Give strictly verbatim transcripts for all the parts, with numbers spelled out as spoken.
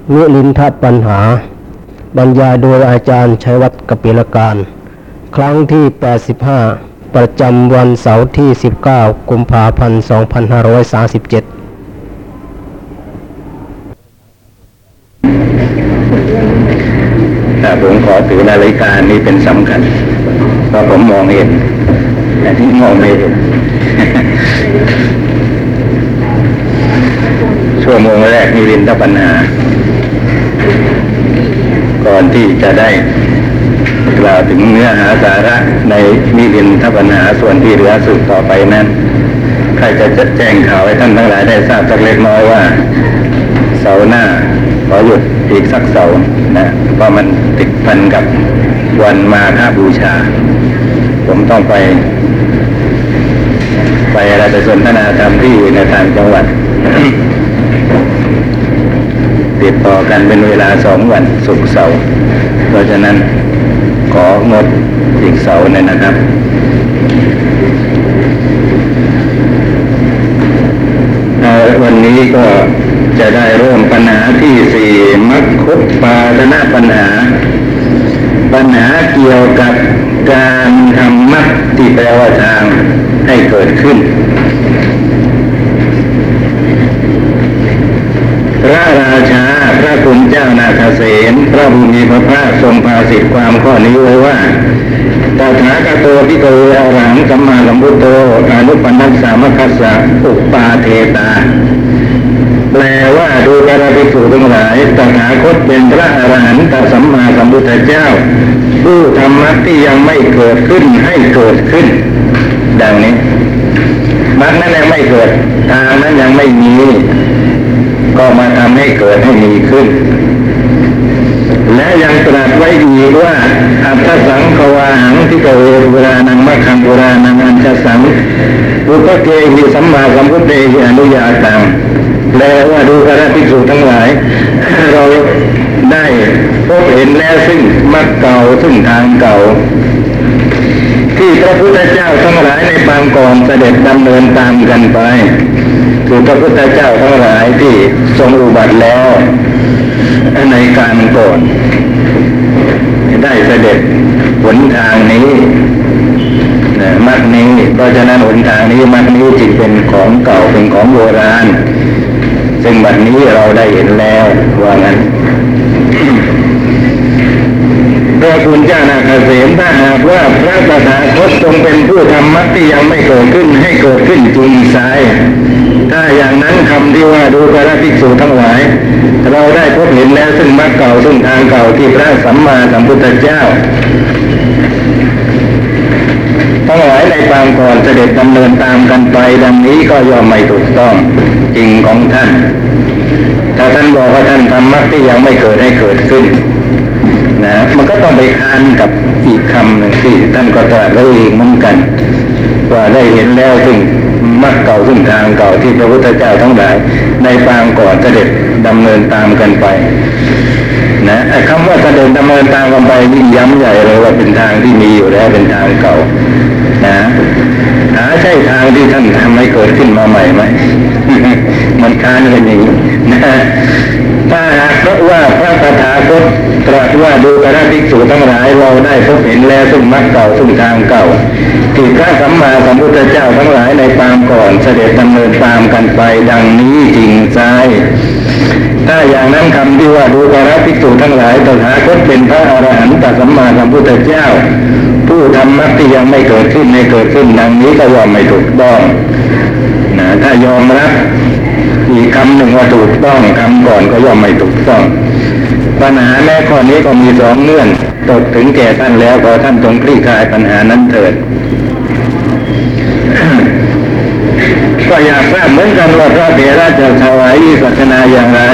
มิลินทปัญหาบรรยายโดยอาจารย์ชัยวัฒน์กปิลการครั้งที่แปดสิบห้าประจำวันเสาร์ที่สิบเก้ากุมภาพันธ์สองพันห้าร้อยสามสิบเจ็ดถ้าผมขอถือนาฬิกานี้เป็นสำคัญเพราะผมมองเห็นแต่ที่มองไม่เห็น ชั่วโมงแรกมีลินทปัญหาก่อนที่จะได้กล่าวถึงเนื้อหาสาระในมิลินทปัญหาส่วนที่เหลือสุดต่อไปนั้นใครจะแจ้งข่าวให้ท่านทั้งหลายได้ทราบสักเล็กน้อยว่าเสาร์หน้าขอหยุดอีกสักเสาร์นะเพราะมันติดพันกับวันมาฆบูชาผมต้องไปไปอะไรไปสนทนาธรรมที่ในทางจังหวัด ติดต่อกันเป็นเวลาสองวันศุกร์เสาร์เพราะฉะนั้นของดอีกเสาร์นึงนะครับวันนี้ก็จะได้เริ่มปัญหาที่สี่มัคคุปปาทนาปัญหาปัญหาเกี่ยวกับการทำมรรคที่แปลว่าทางให้เกิดขึ้นพระราชาพระคุณเจ้านาคเสนพระผู้มีพระภาคทรงภาสิทธิความข้อนี้ไว้ว่าตถาคตภิกขุอรหังสัมมาสัมพุทโธอนุปันนัสสามัคคัสสะอุปปาเทตาแปลว่าดูกระภิกษุทั้งหลายตถาคตเป็นพระอรหันตสัมมาสัมพุทธเจ้าผู้ทำมรรคที่ยังไม่เกิดขึ้นให้เกิดขึ้นดังนี้มรรคนั้นยังไม่เกิดทางนั้นยังไม่มีก็มาทำให้เกิดให้มีขึ้นและยังตรัสไว้อีกว่าอัตถสังขวาหังทิกเวปุรานังมัคคังปุรานังอัญชสังอุปเกหิสัมมาสัมพุทเตหิอนุญาตังแปลว่าดูกระภิกษุทั้งหลายเราได้พบเห็นแล้วซึ่งมรรคเก่าซึ่งทางเก่าที่พระพุทธเจ้าทั้งหลายในปางก่อนเสด็จดำเนินตามกันไปคือพระพุทธเจ้าทั้งหลายที่ทรงอุบัติแล้วในการก่อนได้เสด็จหนทางนี้มรรคนี้เพราะฉะนั้นหนทางนี้มรรคนี้จึงเป็นของเก่าเป็นของโบราณซึ่งบัดนี้เราได้เห็นแล้วว่างั้น พระคุณเจ้านาคเสนถ้าหากว่าพระตถาคตทรงเป็นผู้ทำมรรคที่ยังไม่เกิดขึ้นให้เกิดขึ้นจริงไซถ้าอย่างนั้นคำที่ว่าดูกระภิกษุทั้งหลายเราได้พบเห็นแล้วซึ่งมรรคเก่าซึ่งทางเก่าที่พระสัมมาสัมพุทธเจ้าทั้งหลายในปางก่อนเสด็จดำเนินตามกันไปดังนี้ก็ย่อมไม่ถูกต้องจริงของท่านถ้าท่านบอกว่าท่านทำมรรคที่ยังไม่เกิดให้เกิดขึ้นนะมันก็ต้องไปค้านกับอีกคำหนึ่งที่ท่านก็ตรัสไว้เองเหมือนกันว่าได้เห็นแล้วซึ่งมรรคเก่าซึ่งทางเก่าที่พระพุทธเจ้าทั้งหลายในปางก่อนเสด็จดำเนินตามกันไปนะไอ้คำว่าเสด็จดำเนินตามกันไปยิ่งย้ำใหญ่เลยว่าเป็นทางที่มีอยู่แล้วเป็นทางเก่านะหาใช่ทางที่ท่านทำให้เกิดขึ้นมาใหม่ไหม มันค้านกันอย่างนี้นะถ้าหากเพราะว่าพระตถาคตตรัสว่าดูกระภิกษุทั้งหลายเราได้พบเห็นแล้วซึ่งมรรคเก่าซึ่งทางเก่าที่พระสัมมาสัมพุทธเจ้าทั้งหลายในปางก่อนเสด็จดำเนินตามกันไปดังนี้จริงใจถ้าอย่างนั้นคำที่ว่าดูกระภิกษุทั้งหลายตถาคตเป็นพระอรหันตสัมมาสัมพุทธเจ้าผู้ทำมรรคที่ยังไม่เกิดขึ้นให้เกิดขึ้นดังนี้ก็ย่อมไม่ถูกต้องนะถ้ายอมรับอีกคำหนึ่งว่าถูกต้องคำก่อนก็ย่อมไม่ถูกต้องปัญหาแม่ข้อนี้ก็มีสองเงื่อนตกถึงแก่ท่านแล้วขอท่านจงคลี่คลายปัญหานั้นเถิด ก็อยากทราบเหมือนกันว่าพระเถระจะถวายวิสัชนาอย่างไร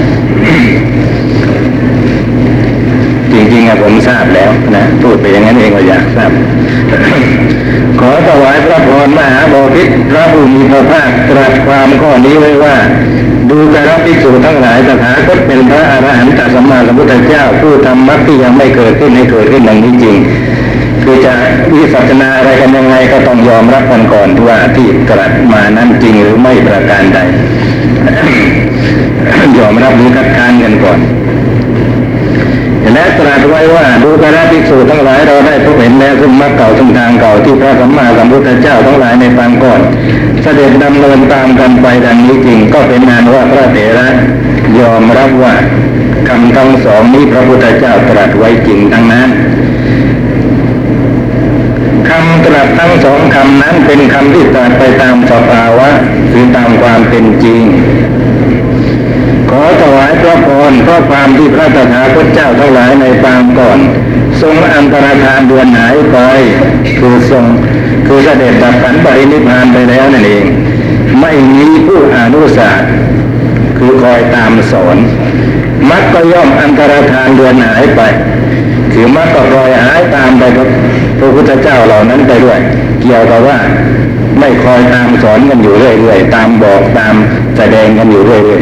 จริงๆอะผมทราบแล้วนะพูดไปอย่างนั้นเองก็อยากทราบ ขอถวายพระพรมหาบพิตรพระผู้มีพระภาคตรัสความข้อนี้ไว้ว่าดูกระภิกษุทั้งหลายตถาคตเป็นพระอรหันตสัมมาสัมพุทธเจ้าผู้ทำมรรคที่ยังไม่เกิดขึ้นให้เกิดขึ้นดังนี้จริงคือจะวิสัชนาอะไรกันยังไงก็ต้องยอมรับกันก่อนว่าที่ตรัสมานั้นจริงหรือไม่ประการใด ยอมรับหรือคัดค้านกันก่อนและตรัสไว้ว่าดูกราภิกษุทั้งหลายเราได้พบเห็นแล้วซึ่งมรรคเก่าซึ่งทางเก่าที่พระสัมมาสัมพุทธเจ้าทั้งหลายในปางก่อนเสด็จดำเนินตามกันไปดังนี้จริงก็เป็นงานว่าพระเถระยอมรับว่าคำทั้งสองนี้พระพุทธเจ้าตรัสไว้จริงทั้งนั้นคำตรัสทั้งสองคำนั้นเป็นคำที่ตรัสไปตามสภาวะคือตามความเป็นจริงขอถวายพระพรเพราะความที่พระตถาคตเจ้าทั้งหลายในปางก่อนทรงอันตรธานเดือนหายไปคือทรงคือเสด็จดับขันธ์ปรินิพพานไปแล้วนั่นเองไม่มีผู้อนุสาสคือคอยตามสอนมรรคก็ย่อมอันตรธานเดือนหายไปคือมรรคก็คอยหายตามไปกับพระพุทธเจ้าเหล่านั้นไปด้วยเกี่ยวกับว่าไม่คอยตามสอนกันอยู่เรื่อยๆตามบอกตามแสดงกันอยู่เรื่อย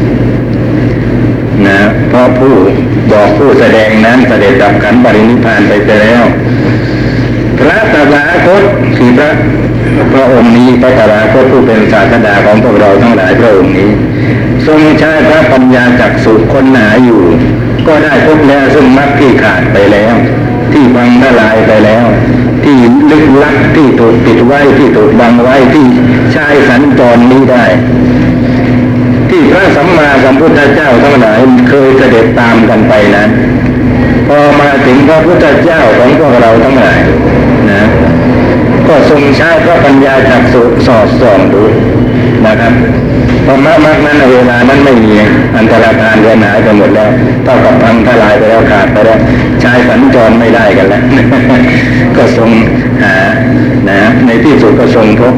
ๆนะเพราะผู้บอกผู้แสดงนั้นเสด็จดับขันธ์ปรินิพพานไปไปแล้วพระตถาคตคือพระพระองค์นี้พระตถาคตผู้เป็นศาสดาของพวกเราทั้งหลายพระองค์นี้ทรงใช้พระปัญญาจักษุค้นหาอยู่ก็ได้พบแล้วซึ่งมรรคที่ขาดไปแล้วที่พังทลายไปแล้วที่ลึกลับที่ถูกปิดไว้ที่ถูกบังไว้ที่ใช้สัญจรนี้ได้ที่พระสัมมาสัมพุทธเจ้าทั้งหลายเคยเสด็จตามกันไปนั้นพอมาถึงพระพุทธเจ้าของพวกเราทั้งหลายนะก็ทรงใช้พระปัญญาจักษุสอดส่องดูนะครับเพราะมรรคมรรคนั้นเวลานั้นไม่มีอันตรธานเรือนหายไปหมดแล้วเท่ากับพังทลายไปแล้วขาดไปแล้วใช้สัญจรไม่ได้กันแล้ว ก็ทรงหานะในที่สุดก็ทรงพบ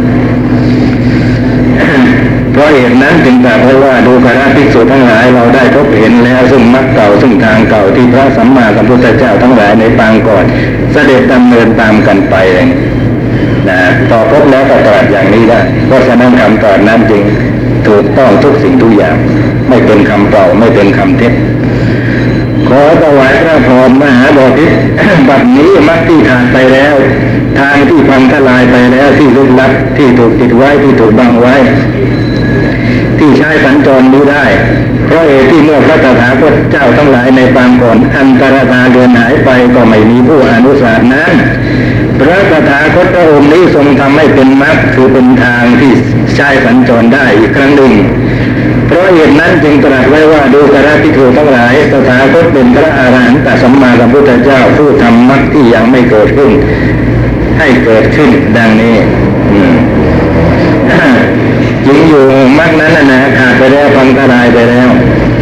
เพราะเหตุนั้นจึงตรัสไว้ว่าดูกราภิกษุทั้งหลายเราได้พบเห็นแล้วซึ่งมรรคเก่าซึ่งทางเก่าที่พระสัมมาสัมพุทธเจ้าทั้งหลายในปางก่อนเสด็จดำเนินตามกันไปนะต่อพบแล้วก็ตรัสอย่างนี้ได้เพราะฉะนั้นคำตรัสนั้นจริงถูกต้องทุกสิ่งทุกอย่างไม่เป็นคำเปล่าไม่เป็นคำเท็จขอถวายพระพรมหาบพิตร บัดนี้มรรคที่ขาดไปแล้วทางที่พังทลายไปแล้วที่ลึกลับที่ถูกปิดไว้ที่ถูกบังไว้ที่ใช้สัญจรนี้ได้เพราะเหตุที่เมื่อพระตถาคตเจ้าทั้งหลายในปางก่อนอันตรธานเดือนหายไปก็ไม่มีผู้อนุสาสนั้นพระตถาคตพระองค์นี้ทรงทำให้เป็นมรรคคือเป็นทางที่ใช้สัญจรได้อีกครั้งหนึ่งเพราะเหตุนั้นจึงตรัสไว้ว่าดูกราภิกษุทั้งหลายตถาคตเป็นพระอรหันตสัมมาสัมพุทธเจ้าผู้ทำมรรคที่ยังไม่เกิดขึ้นให้เกิดขึ้นดังนี้จริงอยู่มรรคนั้นนะขาดไปแล้วพังทลายไปแล้ว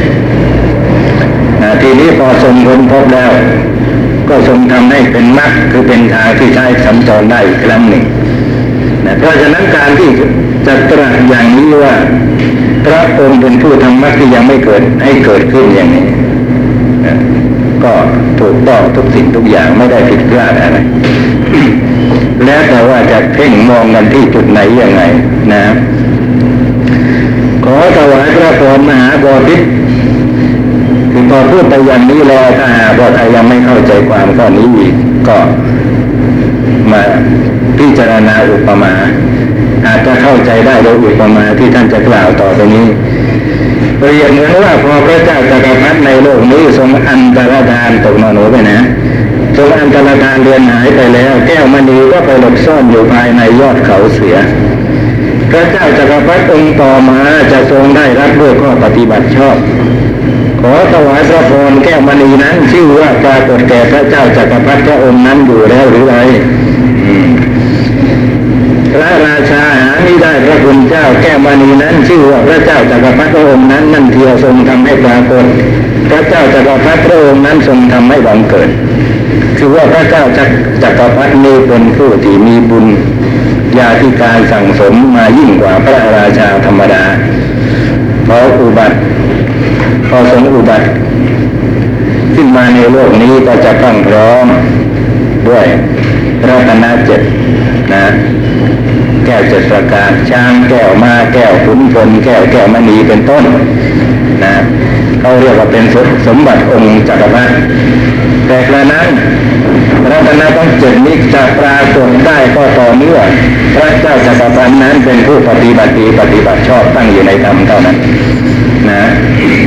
ทีนี้พอทรงค้นพบแล้วก็ทรงทำให้เป็นมรรคคือเป็นทางที่ใช้สัญจรได้อีกครั้งหนึ่งนะเพราะฉะนั้นการที่จะตรัสอย่างนี้ว่าพระองค์เป็นผู้ทำมรรคที่ยังไม่เกิดให้เกิดขึ้นอย่างนี้นะก็ถูกต้องทุกสิ่งทุกอย่างไม่ได้ผิดพลาดอะไร แล้วแต่ว่าจะเพ่งมองกันที่จุดไหนยังไงนะขอถวายพระพรมหาบพิตรคือพอพูดไปอย่างนี้แล้วถ้าหากว่าใครยังไม่เข้าใจความข้อนี้อีกก็มาพิจารณาอุปมาอาจจะเข้าใจได้โดยอุปมาที่ท่านจะกล่าวต่อไปนี้เปรียบเหมือนว่าพอพระเจ้าจักรพรรดิในโลกนี้ทรงอันตรธานตกนอนหนูไปนะทรงอันตรธานเรือนหายไปแล้วแก้วมณีก็ไปหลบซ่อนอยู่ภายในยอดเขาเสียพระเจ้าจักรพรรดิองค์ต่อมาจะทรงได้รับด้วยข้อปฏิบัติชอบขอถวายพระพรแก้วมณีนั้นชื่อว่าปรากฏแก่พระเจ้าจักรพรรดิพระองค์นั้นอยู่แล้วหรือไรพระราชาหาไม่ได้พระคุณเจ้าแก้วมณีนั้นชื่อว่าพระเจ้าจักรพรรดิพระองค์นั้นนั่นเทียวทรงทำให้ปรากฏพระเจ้าจักรพรรดิพระองค์นั้นทรงทำให้บังเกิดคือว่าพระเจ้าจักรพรรดินี้เป็นผู้ที่มีบุญญาธิการสั่งสมมายิ่งกว่าพระราชาธรรมดาเพราะอุบัติพอทรงอุบัติขึ้นมาในโลกนี้ก็จะต้องพร้อมด้วยรัตนเจ็ดนะแก้วเจ็ดประการช้างแก้วม้าแก้วขุนพลแก้วแก้วมณีเป็นต้นนะเขาเรียกว่าเป็นสมบัติองค์จักรพรรดิแต่กระนั้นรัตนทั้งเจ็ดนี้จะปรากฏได้ก็ต่อเมื่อพระเจ้าจักรพรรดินั้นเป็นผู้ปฏิบัติดีปฏิบัติชอบตั้งอยู่ในธรรมเท่านั้นนะ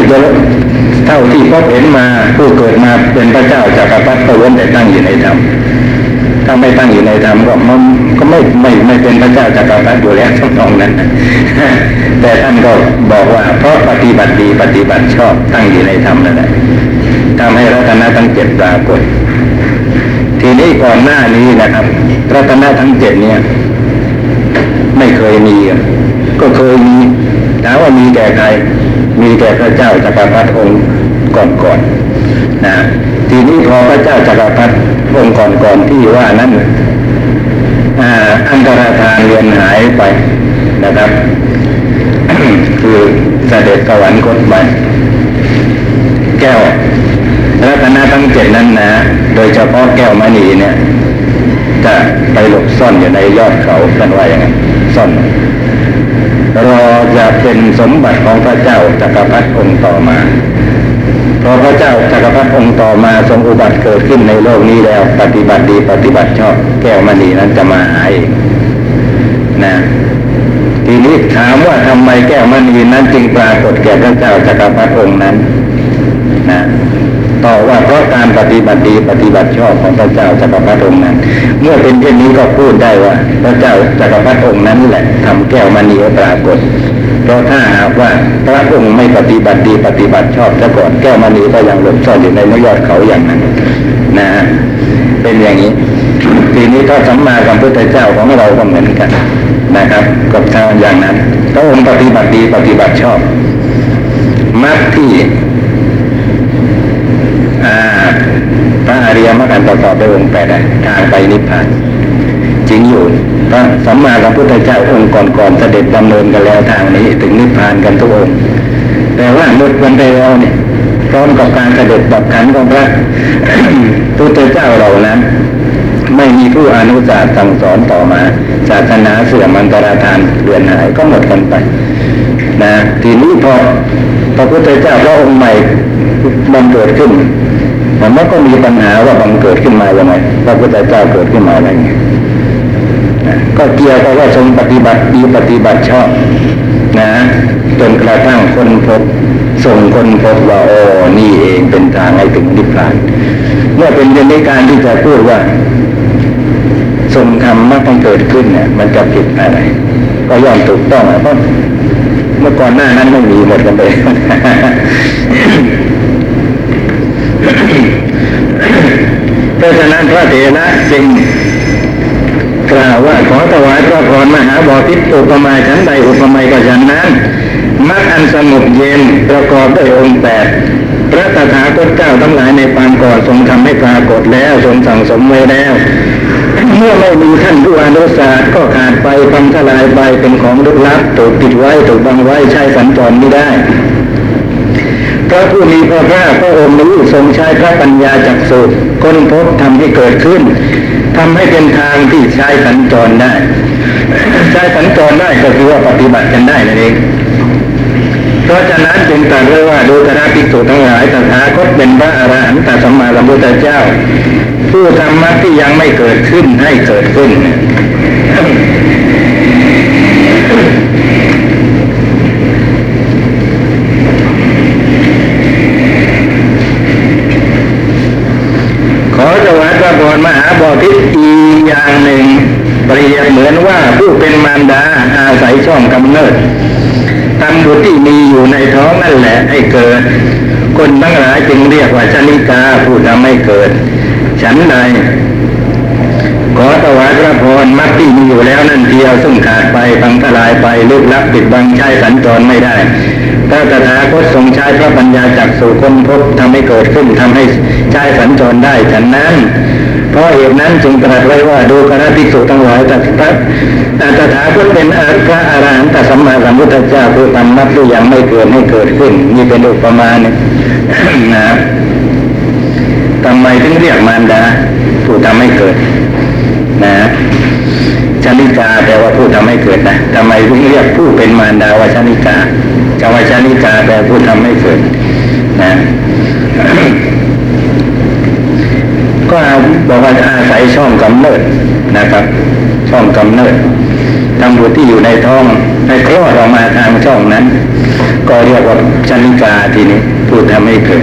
จะเท่าที่พบเห็นมาผู้เกิดมาเป็นพระเจ้าจักรพรรดิก็ล้วนแต่ตั้งอยู่ในธรรมถ้าไม่ตั้งอยู่ในธรรมก็มันก็ไม่ไม่ไม่เป็นพระเจ้าจักรพรรดิอยู่แล้วทั้งสองนั้นแต่ท่านก็บอกว่าเพราะปฏิบัติดีปฏิบัติชอบตั้งอยู่ในธรรมนั่นแหละทำให้รัตนะทั้งเจ็ดปรากฏทีนี้ก่อนหน้านี้นะครับรัตนะทั้งเจ็ดเนี่ยไม่เคยมีก็เคยมีถามว่ามีแก่ใครมีแก่พระเจ้าจักรพรรดิองค์ก่อนๆนะทีนี้พอพระเจ้าจักรพรรดิองค์ก่อนๆที่ว่านั้นอันตรธานเรือนหายไปนะครับ คือเสด็จสวรรคตไปแก้วรัตนะทั้งเจ็ดนั้นนะโดยเฉพาะแก้วมณีเนี่ยจะไปหลบซ่อนอยู่ในยอดเขากันว่าอย่างนั้นซ่อนรอจะเป็นสมบัติของพระเจ้าจักรพรรดิองค์ต่อมาพอพระเจ้าจักรพรรดิองค์ต่อมาทรงอุบัติเกิดขึ้นในโลกนี้แล้วปฏิบัติดีปฏิบัติชอบแก้วมณีนั้นจะมาหาเองนะทีนี้ถามว่าทำไมแก้วมณีนั้นจึงปรากฏแก่พระเจ้าจักรพรรดิองค์นั้นนะตอบว่าเพราะการปฏิบัติดีปฏิบัติชอบของพระเจ้าจักรพรรดิองค์นั้นเมื่อเป็นเช่นนี้ก็พูดได้ว่าพระเจ้าจักรพรรดิองค์นั้นแหละทำแก้วมณีให้ปรากฏเพราะถ้าหากว่าพระองค์ไม่ปฏิบัติดีปฏิบัติชอบซะก่อนแก้วมณีก็ยังหลบซ่อนอยู่ในยอดเขาอย่างนั้นนะเป็นอย่างนี้ทีนี้ถ้าสัมมาสัมพุทธเจ้าของเราก็เหมือนกันนะครับกับทางอย่างนั้นพระองค์ปฏิบัติดีปฏิบัติชอบมรรคที่พระอริยมรรคอันประกอบด้วยองค์แปดทางไปนิพพานจริงอยู่พระสัมมาสัมพุทธเจ้าองค์ก่อนๆเสด็จดำเนินกันแล้วทางนี้ถึงนิพพานกันทุกองค์แต่ว่าหมดวันไปแล้วเนี่ยพร้อมกับการเสด็จดับขันธ์ของพระพุทธเจ้าเหล่านั้นไม่มีผู้อนุสาสน์สั่งสอนต่อมาศาสนาเสื่อมอันตรธานเลือนหายก็หมดกันไปนะทีนี้พอพระพุทธเจ้าพระองค์ใหม่บังเกิดขึ้นมันก็มีปัญหาว่าบังเกิดขึ้นมาอย่างไรพระพุทธเจ้าเกิดขึ้นมาอะไรเงี้ยก็เกี่ยวกับว่าทรงปฏิบัติดีปฏิบัติชอบนะจนกระทั่งคนพบส่งคนพบว่าโอ้นี่เองเป็นทางให้ถึงนิพพานเมื่อเป็นในการที่จะพูดว่าทรงธรรมะมันเกิดขึ้นเนี่ยมันจะผิดอะไรก็ย่อมถูกต้องเพราะเมื่อก่อนหน้านั้นไม่มีหมดกันไป เพราะฉะนั้นพระเถระจึงกล่าวว่าขอถวายพระพรมหาบพิตรอุปมาฉันใดอุปไมยก็ฉันนั้นมรรคอันสงบเย็นประกอบด้วยองค์แปดพระตถาคตเจ้าทั้งหลายในปางก่อนทรงทำให้ปรากฏแล้วทรงสั่งสมไว้แล้วเมื่อไม่มีท่านผู้อนุสาสน์ก็ขาดไปพังทลายไปเป็นของลึกลับถูกปิดไว้ถูกบังไว้ใช้สัญจรไม่ได้พระผู้มีพระภาคพระองค์นี้ทรงใช้พระปัญญาจักษุค้นพบทำให้เกิดขึ้นทำให้เป็นทางที่ใช้สัญจรได้ใช้สัญจรได้ก็คือว่าปฏิบัติกันได้นั่นเองเพราะฉะนั้นจึงตรัสไว้ว่าดูกระภิกษุทั้งหลายตถาคตเป็นพระอรหันตสัมมาสัมพุทธเจ้าผู้ทำมรรคที่ยังไม่เกิดขึ้นให้เกิดขึ้นขอถวายพระพรมหาบพิตรอีกอย่างหนึ่งเปรียบเหมือนว่าผู้เป็นมารดาอาศัยช่องกำเนิดทำบุตรที่มีอยู่ในท้องนั่นแหละให้เกิดคนทั้งหลายจึงเรียกว่าชนิกาผู้ทำให้เกิดฉันใดขอถวายพระพรมรรคที่มีอยู่แล้วนั่นเดียวซึ่งขาดไปพังทลายไปลึกลับปิดบังใช้สัญจรไม่ได้พระตถาคตทรงใช้พระปัญญาจักษุค้นพบทำให้เกิดขึ้นทำให้ใช้สัญจรได้ฉะนั้นเพราะเหตุนั้นจึงตรัสไว้ว่าดูกระภิกษุทั้งหลายตถาคตเป็นพระอรหันตสัมมาสัมพุทธเจ้าผู้ทำมรรคที่ยังไม่เกิดให้เกิดขึ้นนี่เป็นอุปมาเนี่ยนะทำไมถึงเรียกมารดาผู้ทำให้เกิดนะชนิกาแปลว่าผู้ทำให้เกิดนะทำไมถึงเรียกผู้เป็นมารดาว่าชนิกาคำว่าชนิกาแปลผู้ทำให้เกิดนะ ก็บอกว่าอาศัยช่องกำเนิดนะครับช่องกำเนิดทำบุตรที่อยู่ในท้องให้คลอดออกมาทางช่องนั้นก็เรียกว่าชนิกาทีนี้ผู้ทำให้เกิด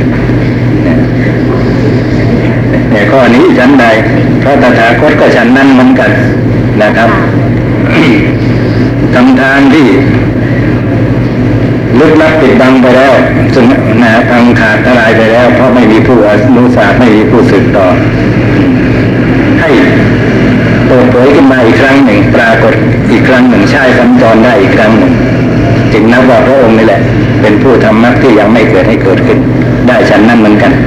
เนี่ยข้อนี้ฉันใดพระตถาคตก็ฉันนั้นเหมือนกันนะครับทำทางที่ลึกลับปิดบังไปแล้วซึ่งนะทางขาดทลายไปแล้วเพราะไม่มีผู้อนุสาสไม่มีผู้สืบต่อให้เปิดเผยขึ้นมาอีกครั้งหนึ่งปรากฏอีกครั้งหนึ่งใช้สัญจรได้อีกครั้งหนึ่งจึงนับว่าพระองค์นี่แหละเป็นผู้ทำมรรคที่ยังไม่เกิดให้เกิดขึ้นได้ฉันนั้นเหมือนกัน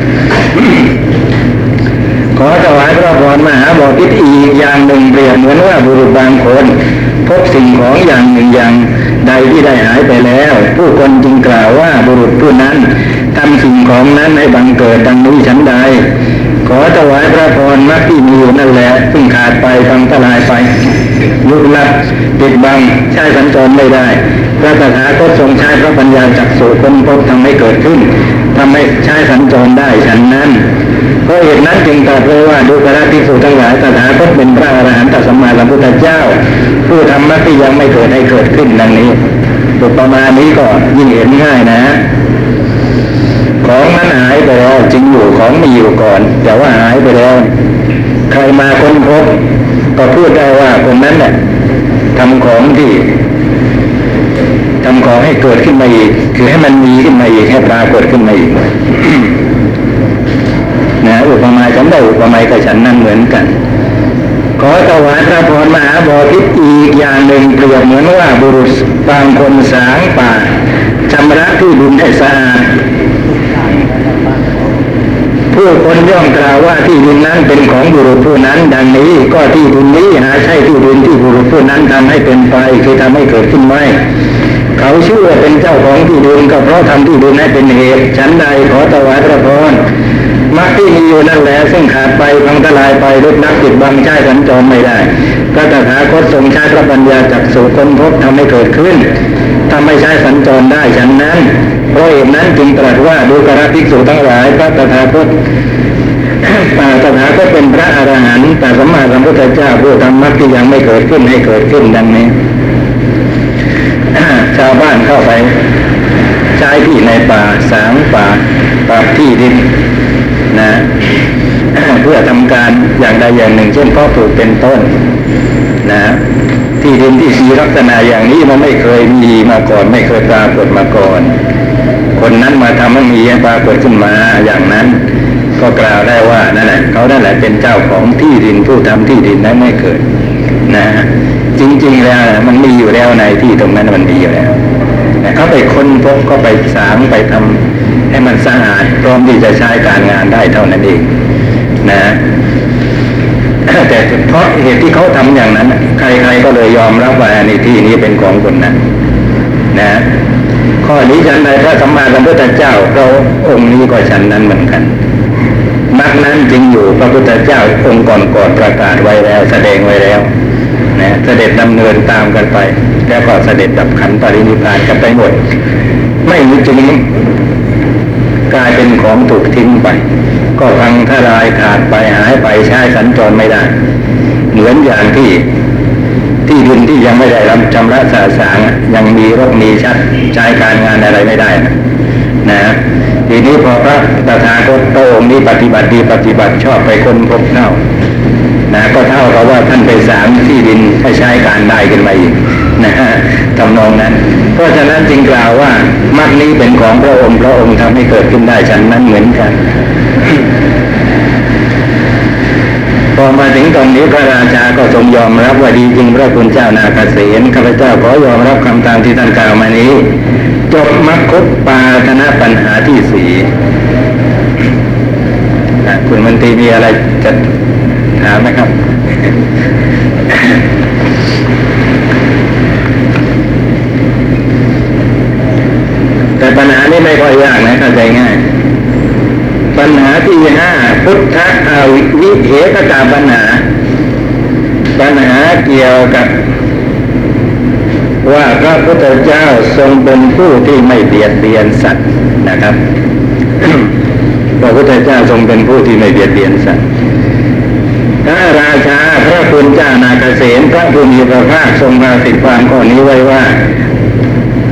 ขอถวายพระพรมหาบพิตรอีกอย่างหนึ่งเปรียบเหมือนว่าบุรุษบางคนพบสิ่งของอย่างหนึ่งอย่างใดที่ได้หายไปแล้วผู้คนจึงกล่าวว่าบุรุษผู้นั้นทำสิ่งของนั้นให้บังเกิดดังนี้ฉันใดขอถวายพระพรมรรคที่มีอยู่นั่นแหละซึ่งขาดไปพังทลายไปยุบลับปิดบังใช้สัญจรไม่ได้พระตถาคตทรงใช้พระปัญญาจักษุค้นพบทำให้เกิดขึ้นทำให้ใช้สัญจรได้ฉันนั้นเพราะเหตุนั้นจึงตรัสไว้ว่าดูกราภิกษุทั้งหลายตถาคตเป็นพระอรหันตสัมมาสัมพุทธเจ้าผู้ทำมรรคที่ยังไม่เกิดให้เกิดขึ้นดังนี้อุปมานี้ก็ยิ่งเห็นง่ายนะของนั้นหายไปแล้วจึงอยู่ของมีอยู่ก่อนแต่ว่าหายไปแล้วใครมาค้นพบก็พูดได้ว่าคนนั้นเนี่ยทำของที่ทำของให้เกิดขึ้นมาอีกคือให้มันมีขึ้นมาอีกให้ปรากฏขึ้นมาอีก นะอุปมาฉันได้อุปมากับฉันนั่นเหมือนกันขอถวายพระพรมหาบพิตรอีกอย่างหนึ่งเปรียบเหมือนว่าบุรุษบางคนสางป่าชำระที่ดินให้สะอาดผู้คนย่อมกล่าวว่าที่ดินนั้นเป็นของบุรุษผู้นั้นดังนี้ก็ที่ดินนี้หาใช่ที่ดินที่บุรุษผู้นั้นทำให้เป็นไปคือทำให้เกิดขึ้นไหมเขาชื่อว่าเป็นเจ้าของที่ดินก็เพราะทำที่ดินให้เป็นเหตุฉันใดขอถวายพระพรมรรคที่มีอยู่นั่นแหละซึ่งขาดไปพังทลายไปลดนักปิดบังใช้สัญจรไม่ได้พระตถาคตทรงใช้พระปัญญาจักษุค้นพบทำให้เกิดขึ้นทำให้ใช้สัญจรได้ฉันนั้นเพราะเหตุนั้นจึงตรัสว่าดูกราภิกษุทั้งหลายพระตถาคต ตถาคตเป็นพระอรหันต์แต่สัมมาสัมพุทธเจ้าผู้ทำมรรคที่ยังไม่เกิดขึ้นให้เกิดขึ้นดังนี้ ชาวบ้านเข้าไปใช้ที่ในป่าสางป่าปรับที่ดินนะ เพื่อทำการอย่างใดอย่างหนึ่งเช่นเพาะปลูกเป็นต้นนะที่ดินที่มีลักษณะอย่างนี้มันไม่เคยมีมาก่อนไม่เคยปรากฏมาก่อนคนนั้นมาทำให้มีปรากฏขึ้นมาอย่างนั้นก็กล่าวได้ว่านั่นแหละเขานั่นแหละเป็นเจ้าของที่ดินผู้ทำที่ดินนั้นไม่เกิดนะจริงๆแล้วมันมีอยู่แล้วในที่ตรงนั้นมันมีอยู่แล้วเขาไปค้นพบก็ไปสางไปทำให้มันสะอาดพร้อมที่จะใช้การงานได้เท่านั้นเองนะแต่เพราะเหตุที่เขาทำอย่างนั้นใครๆก็เลยยอมรับว่าในที่นี้เป็นของคนนั้นนะข้อนี้ฉันใดพระสัมมาสัมพุทธเจ้าเราองค์นี้ก็ฉันนั้นเหมือนกันมรรคนั้นจริงอยู่พระพุทธเจ้าองค์ก่อนๆประกาศไว้แล้วแสดงไว้แล้วนะเสด็จดำเนินตามกันไปแล้วก็เสด็จดับขันธ์ปรินิพพานกันไปหมดไม่มีจึงกลายเป็นของถูกทิ้งไปก็พังทลายขาดไปหายไปใช้สัญจรไม่ได้เหมือนอย่างที่ที่ดินที่ยังไม่ได้รับชำระสาสางยังมีรกมีชัดใช้การงานอะไรไม่ได้นะนะทีนี้พอพระตถาคตพระองค์นี้ปฏิบัติดีปฏิบัติชอบไปค้นพบเข้านะก็เท่ากับว่าท่านไปสางที่ดินให้ใช้การได้ขึ้นมาอีกนะฮะทำนองนั้นเพราะฉะนั้นจึงกล่าวว่ามรรคนี้เป็นของพระองค์พระองค์ทำให้เกิดขึ้นได้ฉันนั้นเหมือนกันพอมาถึงตรงนี้พระราชาก็ทรงยอมรับว่าดีจริงพระคุณเจ้านาคเสนข้าพเจ้าขอยอมรับคำตามที่ท่านกล่าวมานี้จบมรรคปาทนปัญหาที่สี่คุณมนตรีมีอะไรจะถามไหมครับ แต่ปัญหานี้ไม่ค่อยยากนะเข้าใจง่ายปัญหาที่ห้าพุทธะอาวิเหตกาปัญหาปัญหาเกี่ยวกับว่าพระพุทธเจ้าทรงเป็นผู้ที่ไม่เบียดเบียนสัตว์นะครับ พระพุทธเจ้าทรงเป็นผู้ที่ไม่เบียดเบียนสัตว์พระราชาพระคุณเจ้านาคเสนพระผู้มีพระภาคทรงประสิทธิ์ความข้อนี้ไว้ว่า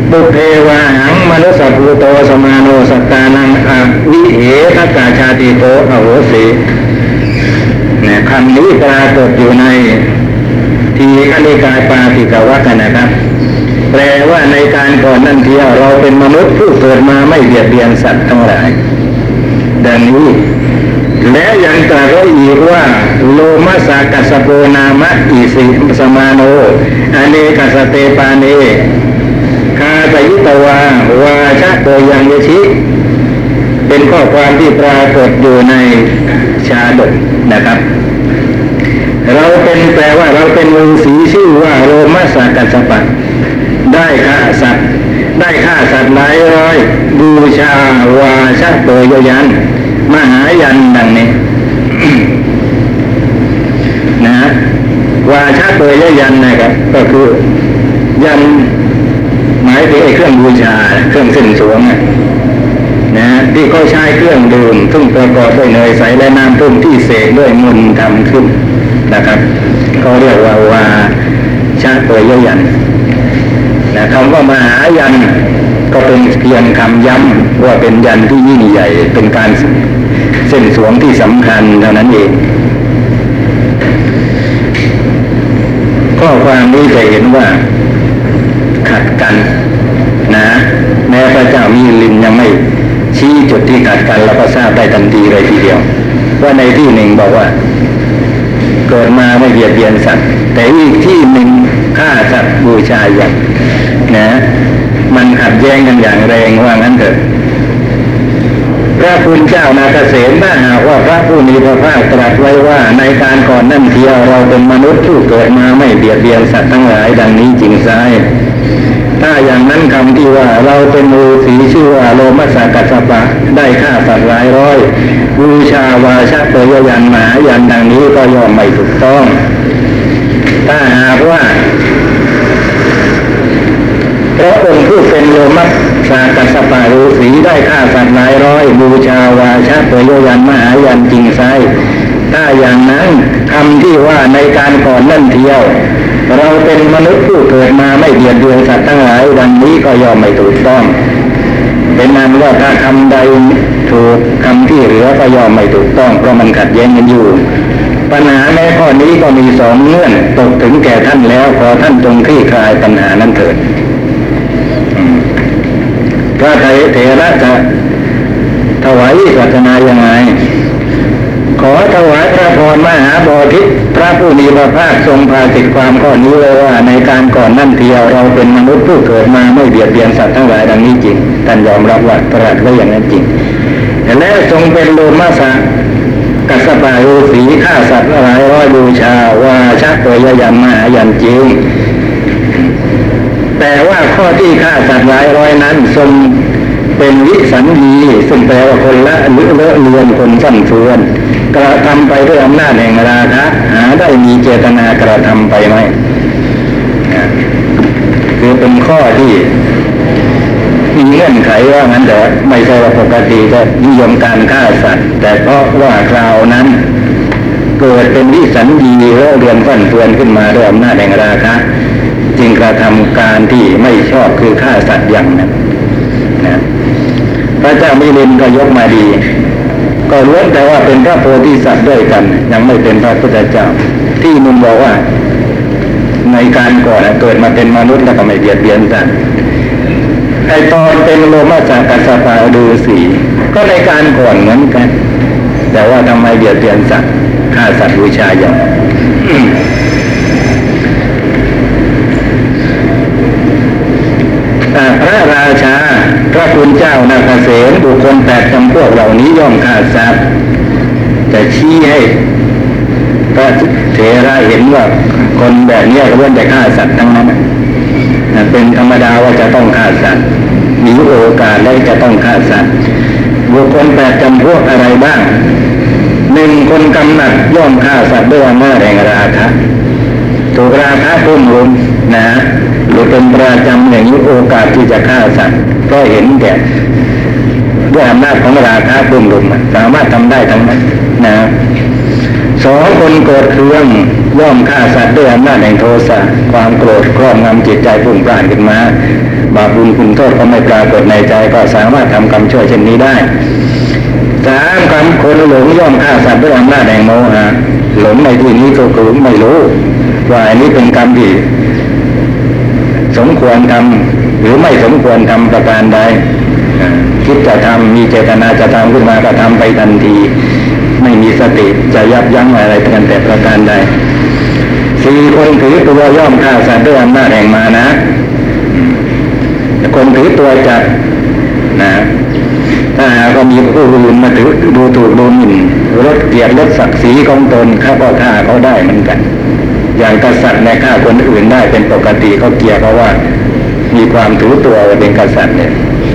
ปุเพวาหังมนุสสภูโตสมาโนสัตตานังอวิเหทักกาชาติโตอโหสิเนี่ยคำนี้ปรากฏอยู่ในทีฆนิกายปาติกวรรคนะครับแปลว่าในการก่อนนั้นเที่ยวเราเป็นมนุษย์ผู้เกิดมาไม่เบียดเบียนสัตว์ทั้งหลายดังนี้และยังตรัสไว้อีกว่าโลมัสสะกัสสโปนามะอิสิสมาโนอเนกัสสเตปาเนคาตยิตวาวาชะโตยังยชิเป็นข้อความที่ปรากฏอยู่ในชาดกนะครับเราเป็นแปลว่าเราเป็นฤาษีชื่อว่าโลมัสสะกัสสปะได้ฆ่าสัตว์ได้ฆ่าสัตว์หลายร้อยบูชาวาชะโตยยันมหายันดังนี้ นะวาชะโตยยันนะครับก็คือยันหมายถึงไอ้เครื่องบูชาเครื่องเส้นสวงนะที่เขาใช้เครื่องดื่มซึ่งประกอบด้วยเนยใสและน้ำผึ้งที่เสกด้วยมนต์ทำขึ้นนะครับเขาเรียกว่าวาชะโตยยันนะคำว่ามหายันก็เป็นเพียงคำย้ำว่าเป็นยันที่ยิ่งใหญ่เป็นการเส้นสวงที่สำคัญเท่านั้นเองข้อความนี้จะเห็นว่าขัดกันนะแม้พระเจ้ามิลินยังไม่ชี้จุดที่ขัดกันเราก็ทราบได้ทันทีเลยทีเดียวว่าในที่หนึ่งบอกว่าเกิดมาไม่เบียดเบียนสัตว์แต่อีกที่หนึ่งฆ่าสัตว์บูชายันนะมันขัดแย้งกันอย่างแรงว่างั้นเถอะพระคุณเจ้านาคเสนถ้าหากว่าพระผู้มีพระภาคตรัสไว้ว่าในการก่อนนั่นเทียวเราเป็นมนุษย์ผู้เกิดมาไม่เบียดเบียนสัตว์ทั้งหลายดังนี้จริงไซถ้าอย่างนั้นคำที่ว่าเราเป็นฤาษีชื่อว่าโลมัสสะกัสสปะได้ฆ่าสัตว์หลายร้อยบูชาวาชะโตยยันมหายันดังนี้ก็ย่อมไม่ถูกต้องถ้าหากว่าพระองค์ผู้เป็นโลมัสสะกัสสปะฤาษีได้ฆ่าสัตว์หลายร้อยบูชาวาชะโตยยันมหายันจริงไซถ้าอย่างนั้นคำที่ว่าในการก่อนนั่นเที่ยวเราเป็นมนุษย์ผู้เกิดมาไม่เบียดเบียนสัตว์ทั้งหลายดังนี้ก็ย่อมไม่ถูกต้องเป็นนั้นว่าถ้าคำใดถูกคำที่เหลือก็ย่อมไม่ถูกต้องเพราะมันขัดแย้งกันอยู่ปัญหาในข้อนี้ก็มีสองเงื่อนตกถึงแก่ท่านแล้วขอท่านจงคลี่คลายปัญหานั้นเถิดพระเถระจะถวายวิปัสสนายังไงขอถวายพระพรมหาบพิตรพระผู้มีพระภาคทรงพาสิทธิความข้อนี้เลยว่าในการก่อนนั่นเทียวเราเป็นมนุษย์ผู้เกิดมาไม่เบียดเบียนสัตว์ทั้งหลายดังนี้จริงท่านยอมรับว่าตรัสไว้อย่างนั้นจริงและทรงเป็นโลมัสสะกัสสปะฤาษีฆ่าสัตว์หลายร้อยบูชาวาชะโตยยันมหายันจริงแต่ว่าข้อที่ฆ่าสัตว์หลายร้อยนั้นทรงเป็นวิสัญญีซึ่งแปลว่าคนละหรือเลอะเลือนคนสั่นเฟือนกระทำไปด้วยอำนาจแห่งราคะหาได้มีเจตนากระทำไปไหมคือเป็นข้อที่มีเงื่อนไขว่างั้นแต่ไม่ใช่ว่าปกติจะนิยมการฆ่าสัตว์แต่เพราะว่าคราวนั้นเกิดเป็นวิสัญญีเลอะเลือนสั่นเฟือนขึ้นมาด้วยอำนาจแห่งราคะจึงกระทำการที่ไม่ชอบคือฆ่าสัตว์อย่างนั้นนะพระเจ้ามิลินก็ยกมาดีก็ล้วนแต่ว่าเป็นพระโพธิสัตว์ด้วยกันยังไม่เป็นพระพุทธเจ้าที่มึงบอกว่าในการก่อนเกิดมาเป็นมนุษย์แล้วก็ไม่เบียดเบียนสัตว์ไอตอนเป็นโลมัสสะกัสสปะฤาษีก็ในการก่อนเหมือนกันแต่ว่าทำไมเบียดเบียนสัตว์ฆ่าสัตว์บูชาอย่างพระราชาพระคุณเจ้านาคเสนบุคคลแปดจำพวกเหล่านี้ย่อมฆ่าสัตว์จะชี้ให้พระเถระเห็นว่าคนแบบนี้ล้วนแต่ฆ่าสัตว์ทั้งนั้นเป็นธรรมดาว่าจะต้องฆ่าสัตว์มีโอกาสและจะต้องฆ่าสัตว์บุคคลแปดจำพวกอะไรบ้างหนึ่งคนกำหนัดย่อมฆ่าสัตว์ด้วยอำนาจแห่งราคะถูกราคะพุ่มรุมนะหรือเป็นประจำอย่างนี้โอกาสที่จะฆ่าสัตว์ก็เห็นแก่ด้วยอำนาจของราคะพุ่มรุมสามารถทำได้ทั้งนั้นนะสสองคนโกรธเคืองย่อมฆ่าสัตว์ด้วยอำนาจแห่งโทสะความโกรธครอบงำจิตใจพุ่งพล่านขึ้นมาบาปบุญคุณโทษก็ไม่ปรากฏในใจก็สามารถทำกรรมชั่วเช่นนี้ได้สามกรรมคนหลงย่อมฆ่าสัตว์ด้วยอำนาจแห่งโมหะหลงในที่นี้ก็คือไม่รู้ว่าอันนี้เป็นกรรมที่สมควรทำหรือไม่สมควรทำประการใดคิดจะทำมีเจตนาจะทำขึ้นมาก็ทำไปทันทีไม่มีสติจะยับยั้งอะไรกันแต่ประการใดสี่คนถือตัวย่อมฆ่าสัตว์ด้วยอำนาจแห่งมานะคนถือตัวจัดนะถ้าหากว่ามีผู้อื่นมาถือดูถูกดูหมิ่นลดเกียรติลดศักดิ์ศรีของตนข้าก็ฆ่าเขาได้เหมือนกันอย่างกษัตริย์ในฆ่าคนอื่นได้เป็นปกติเขาเกลียดเขาว่ามีความถือตัวเป็นกษัตริย์เนี่ย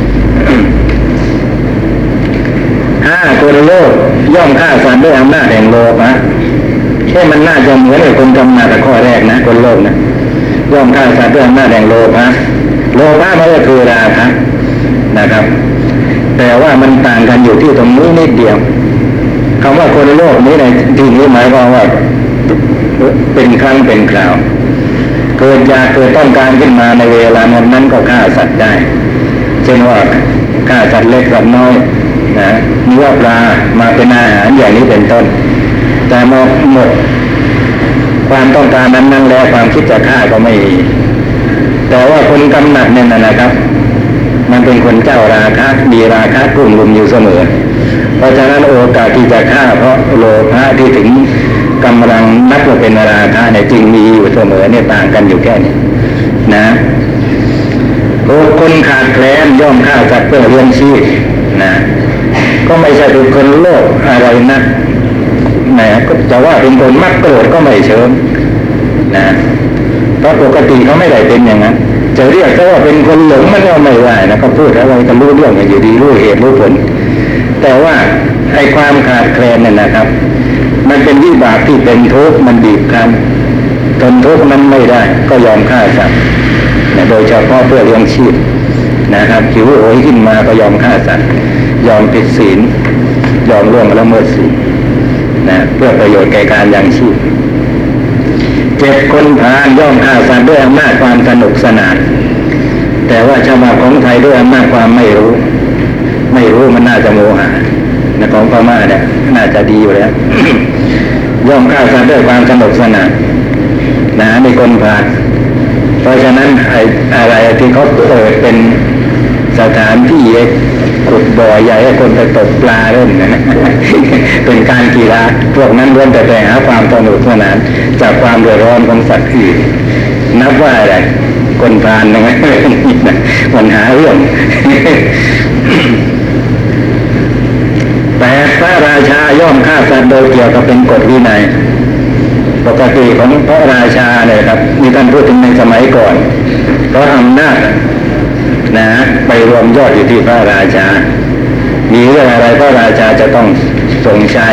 ห้าคนโลภย่อมฆ่าสัตว์ด้วยอำนาจแห่งโลภนะแค่มันน่าจะเหมือนกับคนกำนัดข้อแรกนะคนโลภนะย่อมฆ่าสัตว์ด้วยอำนาจแห่งโลภนะโลภะมันก็คือราคะนะครับแต่ว่ามันต่างกันอยู่ที่ตรงนี้นิดเดียวคำว่าคนโลภนี้ในที่นี้หมายความว่าเป็นครั้งเป็นคราวเกิดอยากเกิดต้องการขึ้นมาในเวลานั้นนั้นก็ฆ่าสัตว์ได้เช่นว่าฆ่าสัตว์เล็กสัตว์น้อยนะเนื้อปลามาเป็นอาหารอย่างนี้เป็นต้นแต่เมื่อหมดความต้องการนั้นนั้นแล้วความคิดจะฆ่าก็ไม่มีแต่ว่าคนกำหนัดเนี่ยนะครับมันเป็นคนเจ้าราคะมีราคะกลุ่มลุมอยู่เสมอเพราะฉะนั้นโอกาสที่จะฆ่าเพราะโลภะที่ถึงกำลังนับว่าเป็นราคะเนี่ยจริงมีอยู่เสมอเนี่ยต่างกันอยู่แค่นี้นะโอ้คนขาดแคลนย่อมฆ่าสัตว์เพื่อเลี้ยงชีพนะก็ไม่ใช่เป็นคนโลภอะไรนะนะก็จะว่าเป็นคนมักโกรธก็ไม่เชิงนะเพราะปกติเขาไม่ได้เป็นอย่างนั้นจะเรียกเขาว่าเป็นคนหลงมันก็ไม่ได้นะก็พูดอะไรก็รู้เรื่องอยู่ดีรู้เหตุรู้ผลแต่ว่าไอ้ความขาดแคลนเนี่ยนะครับมันเป็นวิบากที่เป็นทุกข์มันบีบคั้นทนทุกข์นั้นไม่ได้ก็ยอมฆ่าสัตว์นะโดยเฉพาะเพื่อเลี้ยงชีพนะครับหิวโหยขึ้นมาก็ยอมฆ่าสัตว์ยอมผิดศีลยอมล่วงละเมิดศีลนะเพื่อประโยชน์แก่การยังชีพเจ็ดคนพาลย่อมฆ่าสัตว์ด้วยอำนาจความสนุกสนานแต่ว่าฉบับของไทยด้วยอำนาจความไม่รู้ไม่รู้มันน่าจะโมหะนะของพม่าเนี่ยน่าจะดีอยู่แล้ว ย่อมฆ่าสัตว์ด้วยความสนุกสนานนะในคนพาลเพราะฉะนั้นไอ้อะไรที่เขาเปิดเป็นสถานที่ขุดบ่อใหญ่ให้คนไปตกปลาเล่นนะ เป็นการกีฬาพวกนั้นล้วนแต่ไปหาความสนุกสนานจากความเดือดร้อนของสัตว์อื่นนับว่าอะไรคนพาลนะมันหาเรื่อง แต่พระราชาย่อมฆ่าสัตว์โดยเกี่ยวกับเป็นกฎวินัยปกติของพระราชาเนี่ยครับมีท่านพูดถึงในสมัยก่อนเพราะอำนาจนะไปรวมยอดอยู่ที่พระราชามีเรื่องอะไรพระราชาจะต้องทรงใช้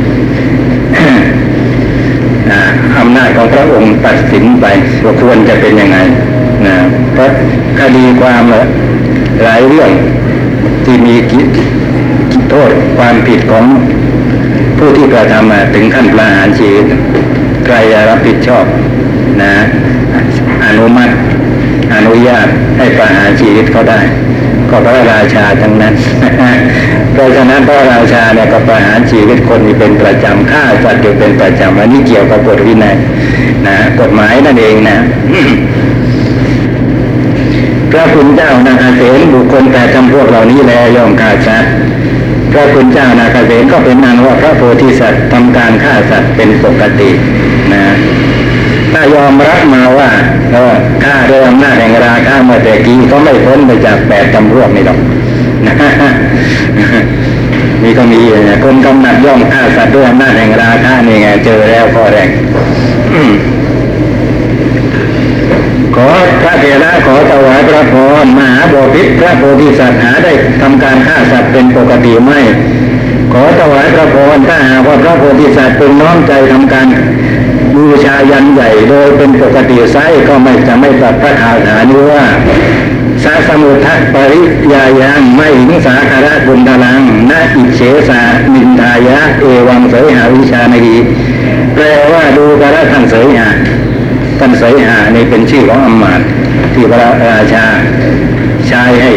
อำนาจของพระองค์ตัดสินไปว่าควรจะเป็นยังไงนะเพราะคดีความหลายเรื่องที่มีโทษความผิดของผู้ที่กระทำมาถึงขั้นประหารชีวิตใครจะรับผิดชอบนะอนุมัติอนุญาตให้ประหารชีวิตเขาได้ก็พระราชาทั้งนั้น เพราะฉะนั้นพระราชาเนี่ยก็ประหารชีวิตคนเป็นประจำฆ่าสัตว์อยู่เป็นประจำอันนี้เกี่ยวกับกฎวินัยนะกฎหมายนั่นเองนะ พระคุณเจ้านาคเสนบุคคลแต่จำพวกเหล่านี้แลย่อมฆ่าสัตว์พระคุณเจ้านาคเสนก็เป็นอันว่าพระโพธิสัตว์ทำการฆ่าสัตว์เป็นปกตินะถ้ายอมรับมาว่าเออฆ่าด้วยอำนาจแห่งราคะเมื่อแต่กี้ก็ไม่พ้นไปจากแปดจำพวกนี่หรอกนะ นี่ก็มีนะคนกำหนัดย่อมฆ่าสัตว์ด้วยอำนาจแห่งราคะนี่ไงเจอแล้วข้อแรก ขอพระเถระขอถวายพระพรมหาบพิตรพระโพธิสัตว์หาได้ทำการฆ่าสัตว์เป็นปกติไม่ขอถวายพระพรถ้าหากว่าพระโพธิสัตว์เป็นน้อมใจทำการบูชายันใหญ่โดยเป็นปกติไซก็ไม่จะไม่ตัดพระคาถานี้ว่าสาสมุทัปปริยายังไม่หิงสาคาระบุญตลังนาอิเฉสามินทายะเอวังเสยหาวิชานาทีแปลว่าดูกระท่านเสยหาท่านเสยหานี่เป็นชื่อของอำมาตย์ที่พระราชาใช้ให้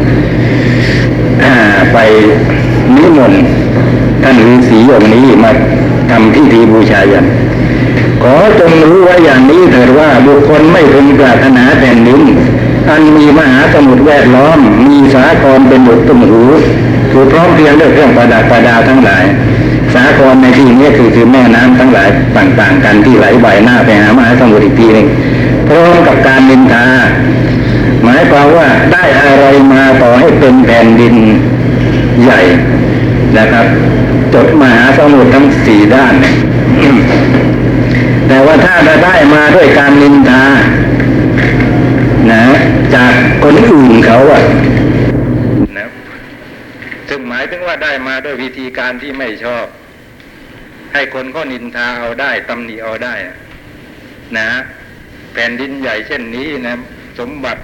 ไปนิมนต์ท่านฤาษีองค์นี้มาทำพิธีบูชายันขอจงรู้ไว้อย่างนี้เถิดว่าบุคคลไม่พึงปรารถนาแผ่นดินอันมีมหาสมุทรแวดล้อมมีสากรเป็นบุตรตุ้มหูคือพร้อมเพียงด้วยเครื่องประดับประดาทั้งหลายสากรในที่นี้คือคือแม่น้ำทั้งหลายต่างๆกันที่ไหลบ่ายหน้าไปหามหาสมุทรอีกทีหนึ่งพร้อมกับการนินทาหมายความว่าได้อะไรมาต่อให้เป็นแผ่นดินใหญ่นะครับจดมหาสมุทรทั้งสี่ด้าน แต่ว่าถ้าได้มาด้วยการนินทานะจากคนอื่นเขาอะนะซึ่งหมายถึงว่าได้มาด้วยวิธีการที่ไม่ชอบให้คนก็นินทาเอาได้ตำหนิเอาได้นะแผ่นดินใหญ่เช่นนี้นะสมบัติ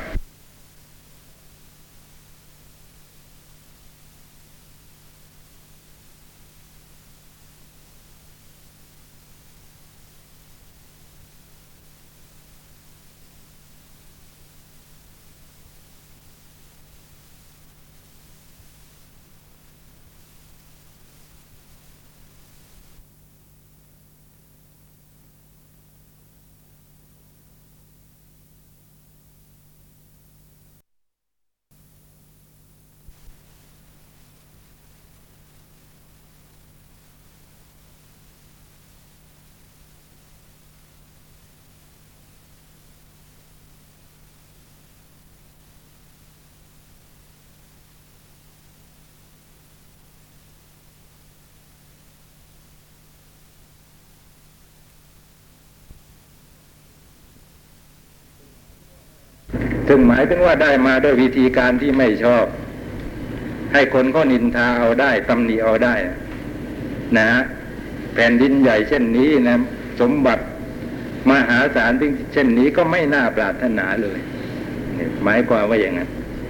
ซึ่งหมายถึงว่าได้มาด้วยวิธีการที่ไม่ชอบให้คนก็นินทาเอาได้ตำหนิเอาได้นะแผ่นดินใหญ่เช่นนี้นะสมบัติมหาศาลเช่นนี้ก็ไม่น่าปรารถนาเลยหมายความว่าอย่างนั้น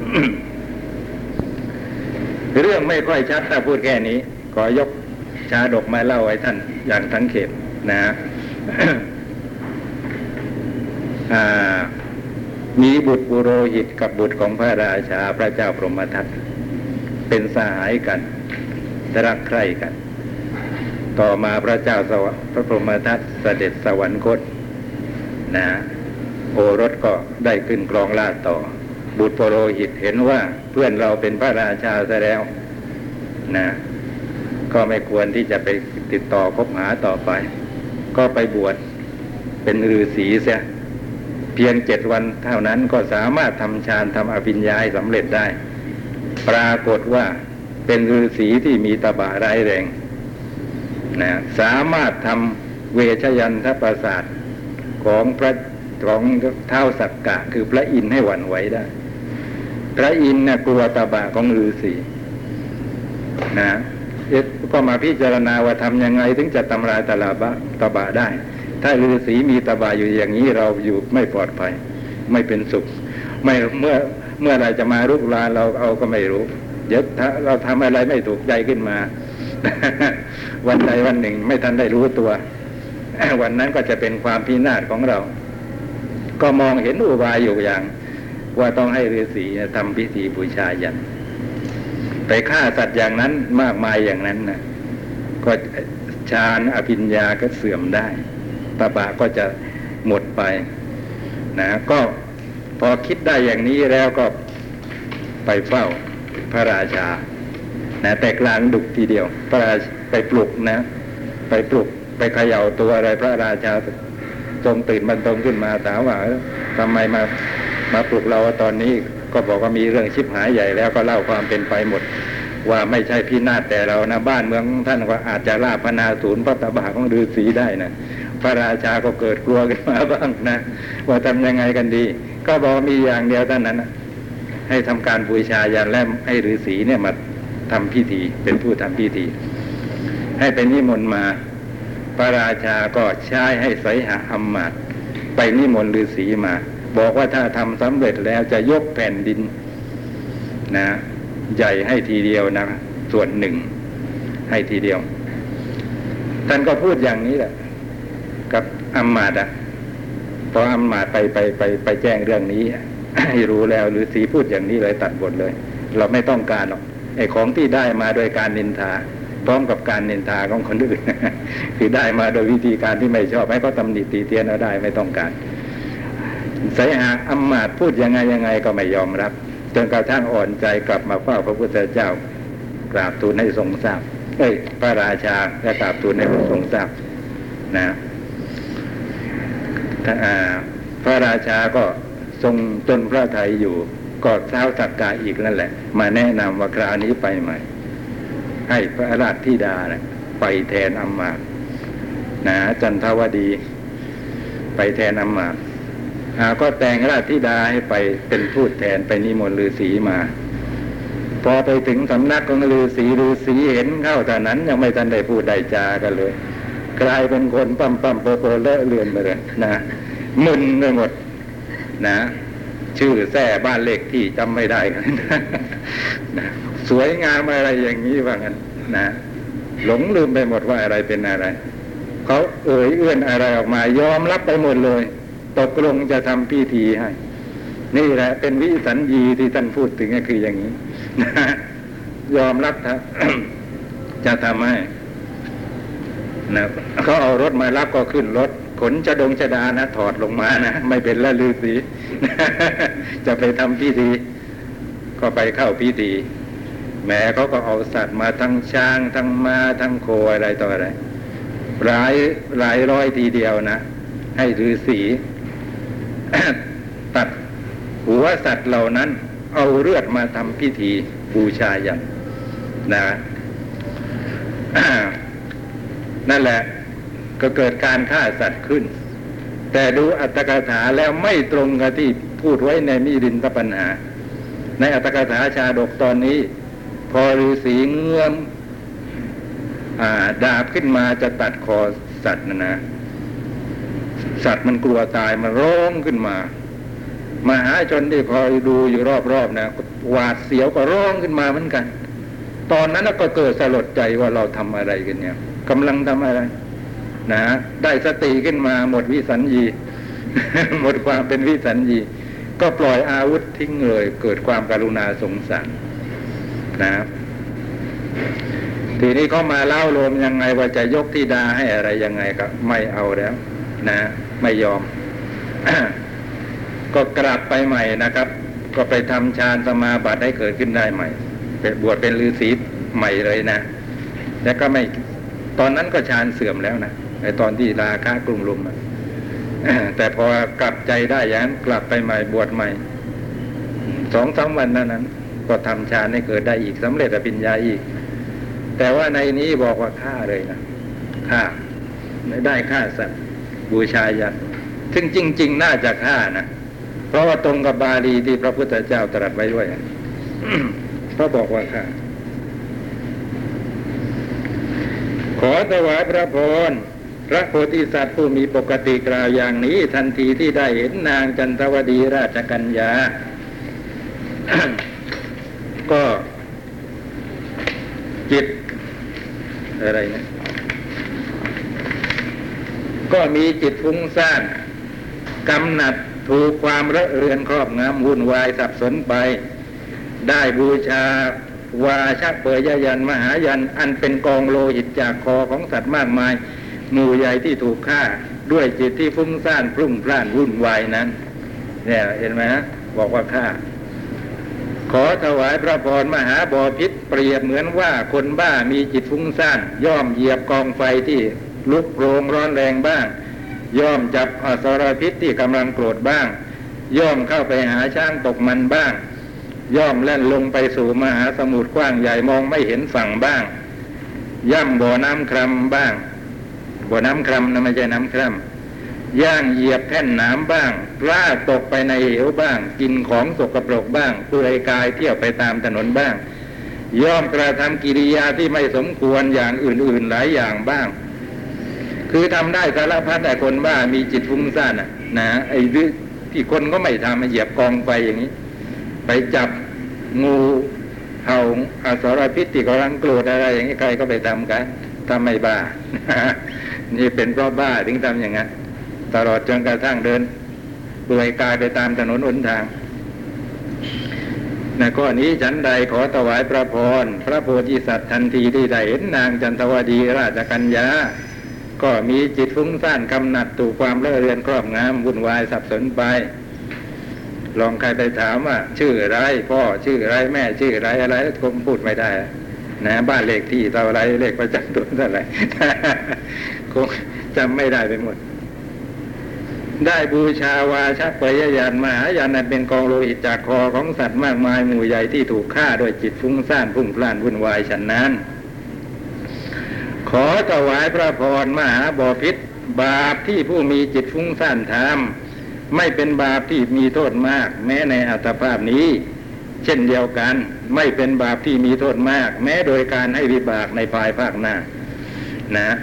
เรื่องไม่ค่อยชัดถ้าพูดแค่นี้ขอยกชาดกมาเล่าให้ท่านอย่างสังเขปนะ อ่ามีบุตรปุโรหิตกับบุตรของพระราชาพระเจ้าพรหมทัตเป็นสหายกันรักใคร่กันต่อมาพระเจ้าสวพระพรหมทัตเสด็จสวรรคตนะโอรสก็ได้ขึ้นครองราชย์ต่อบุตรปุโรหิตเห็นว่าเพื่อนเราเป็นพระราชาซะแล้วนะก็ไม่ควรที่จะไปติดต่อคบหาต่อไปก็ไปบวชเป็นฤาษีเสียเพียงเจ็ดวันเท่านั้นก็สามารถทำฌานทำอภิญญาสำเร็จได้ปรากฏว่าเป็นฤาษีที่มีตบะร้ายแรงนะสามารถทำเวชยันทประสาทของพระของท้าวสักกะคือพระอินทร์ให้หวั่นไหวได้พระอินทร์น่ะกลัวตบะของฤาษีนะก็มาพิจารณาว่าทำยังไงถึงจะทำลายตบะตบะได้ถ้าฤาษีมีตบะอยู่อย่างนี้เราอยู่ไม่ปลอดภัยไม่เป็นสุขไม่เมื่อเมื่อไรจะมารุกรานเราเอาก็ไม่รู้เดี๋ยวถ้าเราทำอะไรไม่ถูกใจขึ้นมา วันใดวันหนึ่งไม่ทันได้รู้ตัว วันนั้นก็จะเป็นความพินาศของเราก็มองเห็นอุบายอยู่อย่างว่าต้องให้ฤาษีทำพิธีบูชายันไปฆ่าสัตว์อย่างนั้นมากมายอย่างนั้นนะก็ฌานอภิญญาก็เสื่อมได้ตบะก็จะหมดไปนะก็พอคิดได้อย่างนี้แล้วก็ไปเฝ้าพระราชานะแต่กลางดึกทีเดียวพระราชาไปปลุกนะไปปลุกไปเขย่าตัวอะไรพระราชาทรงตื่นบรรทมขึ้นมาถามว่าทำไมมามาปลุกเราตอนนี้ก็บอกว่ามีเรื่องชิบหายใหญ่แล้วก็เล่าความเป็นไปหมดว่าไม่ใช่พินาศแต่เรานะบ้านเมืองท่านว่าอาจจะลาภนาศูนย์พระตบะของฤาษีได้นะพระราชาก็เกิดกลัวขึ้นมาบ้างนะว่าทำยังไงกันดีก็บอกมีอย่างเดียวเท่านั้นนะให้ทำการบูชายันและให้ฤาษีเนี่ยมาทำพิธีเป็นผู้ทำพิธีให้เป็นนิมนต์มาพระราชาก็ใช้ให้ไสหะอำมาตย์ไปนิมนต์ฤาษีมาบอกว่าถ้าทำสำเร็จแล้วจะยกแผ่นดินนะใหญ่ให้ทีเดียวนะส่วนหนึ่งให้ทีเดียวท่านก็พูดอย่างนี้แหละกับอัมมาดอ่ะพออัมมาดไปไปไปไปแจ้งเรื่องนี้ ให้รู้แล้วฤาษีพูดอย่างนี้เลยตัดบทเลย เราไม่ต้องการหรอกไอ้ของที่ได้มาโดยการนินทาพร้อมกับการนินทาของคนอื่น คือได้มาโดยวิธีการที่ไม่ชอบให้เขาตำหนิตีเตียนเอาได้ไม่ต้องการไสหะอัมมาดพูดยังไงยังไงก็ไม่ยอมรับจนกระทั่งอ่อนใจกลับมาเฝ้าพระพุทธเจ้ากราบทูลให้ทรงทราบเอ้ยพระราชาและกราบทูลให้ทรงทราบนะพระราชาก็ทรงจนพระทัยอยู่ก็เท้าสักกาอีกนั่นแหละมาแนะนำว่าคราวนี้ไปใหม่ให้พระราชธิดานะไปแทนอัมมาตนะจันทวดีไปแทนอัมมาตอาก็แต่งราชธิดาให้ไปเป็นทูตแทนไปนิมนต์ฤาษีมาพอไปถึงสำนักของฤาษีฤาษีเห็นเข้าแต่นั้นยังไม่ทันได้พูดได้จากันเลยกลายเป็นคนปั๊มปั๊มโปโปเลอะเลือนไปเลยนะมึนไปหมดนะชื่อแท้บ้านเลขที่จำไม่ได้กันนะสวยงามอะไรอย่างนี้ว่างั้นนะหลงลืมไปหมดว่าอะไรเป็นอะไรเขาเอ่ยเอื้อนอะไรออกมายอมรับไปหมดเลยตกลงจะทำพิธีให้นี่แหละเป็นวิสัญญีที่ท่านพูดถึงก็คืออย่างนี้นะยอมรับนะ จะทำให้นะเขาเอารถมารับก็ขึ้นรถขนชะดงชะดานะถอดลงมานะไม่เป็นละฤาษี จะไปทำพิธีก็ไปเข้าพิธีแม้เขาก็เอาสัตว์มาทั้งช้างทั้งม้าทั้งโคอะไรต่ออะไรหลายหลายร้อยทีเดียวนะให้ฤาษี ตัดหัวสัตว์เหล่านั้นเอาเลือดมาทำพิธีบูชายันนะ นั่นแหละก็เกิดการฆ่าสัตว์ขึ้นแต่ดูอัตถกถาแล้วไม่ตรงกับที่พูดไว้ในมิรินทปัญหาในอัตถกถาชาดกตอนนี้พอฤาษีเงื้อมดาบขึ้นมาจะตัดคอสัตว์นะนะสัตว์มันกลัวตายมันร้องขึ้นมามหาชนที่คอยดูอยู่รอบๆนะหวาดเสียวก็ร้องขึ้นมาเหมือนกันตอนนั้นก็เกิดสลดใจว่าเราทำอะไรกันเนี่ยกำลังทำอะไรนะได้สติขึ้นมาหมดวิสัญญี หมดความเป็นวิสัญญีก็ปล่อยอาวุธทิ้งเลยเกิดความกรุณาสงสารนะทีนี้เขามาเล่าโลมยังไงว่าจะยกธิดาให้อะไรยังไงก็ไม่เอาแล้วนะไม่ยอม ก็กลับไปใหม่นะครับก็ไปทำฌานสมาบัติให้เกิดขึ้นได้ใหม่ไปบวชเป็นฤาษีใหม่เลยนะแล้วก็ไม่ตอนนั้นก็ฌานเสื่อมแล้วนะไอ้ตอนที่ราคะกลุ่มลุม แต่พอกลับใจได้อย่างนั้นกลับไปใหม่บวชใหม่สองสามวันนั้นนั้นก็ทำฌานให้เกิดได้อีกสำเร็จอภิญญาอีกแต่ว่าในนี้บอกว่าฆ่าเลยนะฆ่าไม่ได้ฆ่าสัตว์บูชายันซึ่งจริงๆน่าจะฆ่านะเพราะว่าตรงกับบาลีที่พระพุทธเจ้าตรัสไว้ด้วย เพราะบอกว่าฆ่าขอถวายพระพรพระโพธิสัตว์ผู้มีปกติกล่าวอย่างนี้ทันทีที่ได้เห็นนางจันทวดีราชกัญญา ก็จิตอะไรนะก็มีจิตฟุ้งซ่านกำหนัดถูกความระเรือนครอบงำวุ่นวายสับสนไปได้บูชาวาชเปยยันมหายันอันเป็นกองโลหิตจากคอของสัตว์มากมายหมู่ใหญ่ที่ถูกฆ่าด้วยจิตที่ฟุ้งซ่านพรุ่งพล่านวุ่นวายนั้นเนี่ยเห็นไหมฮะบอกว่าฆ่าขอถวายพระพรมหาบอพิษเปรียบเหมือนว่าคนบ้ามีจิตฟุ้งซ่านย่อมเหยียบกองไฟที่ลุกโรงร้อนแรงบ้างย่อมจับอสรพิษที่กำลังโกรธบ้างย่อมเข้าไปหาช้างตกมันบ้างย่อมแล่นลงไปสู่มหาสมุทรกว้างใหญ่มองไม่เห็นฝั่งบ้างย่ำบ่อน้ำคร่ำบ้างบ่อน้ำคร่ำนะไม่ใช่น้ำคร่ำย่างเหยียบแท่นน้ำบ้างกล้าตกไปในเหวบ้างกินของสกปรกบ้างเปลือยกายเที่ยวไปตามถนนบ้างย่อมกระทำกิริยาที่ไม่สมควรอย่างอื่นๆหลายอย่างบ้างคือทำได้สารพัดแต่คนบ้ามีจิตฟุ้งซ่านน่ะนะไอ้ที่คนก็ไม่ทำเหยียบกองไฟอย่างนี้ไปจับงูเห่าอสรพิษที่กำลังโกรธอะไรอย่างนี้ใครก็ไปทำกันทำไม่บ้านี่เป็นเพราะบ้าถึงทำอย่างนั้นตลอดจนกระทั่งเดินเปลือยกายไปตามถนนหนทางในข้อนี้ฉันใดขอถวายพระพรพระโพธิสัตว์ทันทีที่ได้เห็นนางจันทวดีราชกัญญาก็มีจิตฟุ้งซ่านกำหนัดถูกความเล่อเรือนครอบงำวุ่นวายสับสนไปลองใครไปถามว่าชื่ออะไรพ่อชื่ออะไรแม่ชื่ออะไรอะไรคงพูดไม่ได้นะบ้านเลขที่เท่าไรเลขประจำตัวเท่าไรคงจำไม่ได้ไปหมดได้บูชาวาชปยญาณมหาญาณนั้นเป็นกองโลหิตจากคอของสัตว์มากมายหมู่ใหญ่ที่ถูกฆ่าโดยจิตฟุ้งซ่านพุ่งพล่านวุ่นวายฉันนั้นขอถวายพระพรมหาบพิตรบาปที่ผู้มีจิตฟุ้งซ่านทำไม่เป็นบาปที่มีโทษมากแม้ในอัตภาพนี้เช่นเดียวกันไม่เป็นบาปที่มีโทษมากแม้โดยการให้วิบากในภายภาคหน้านะ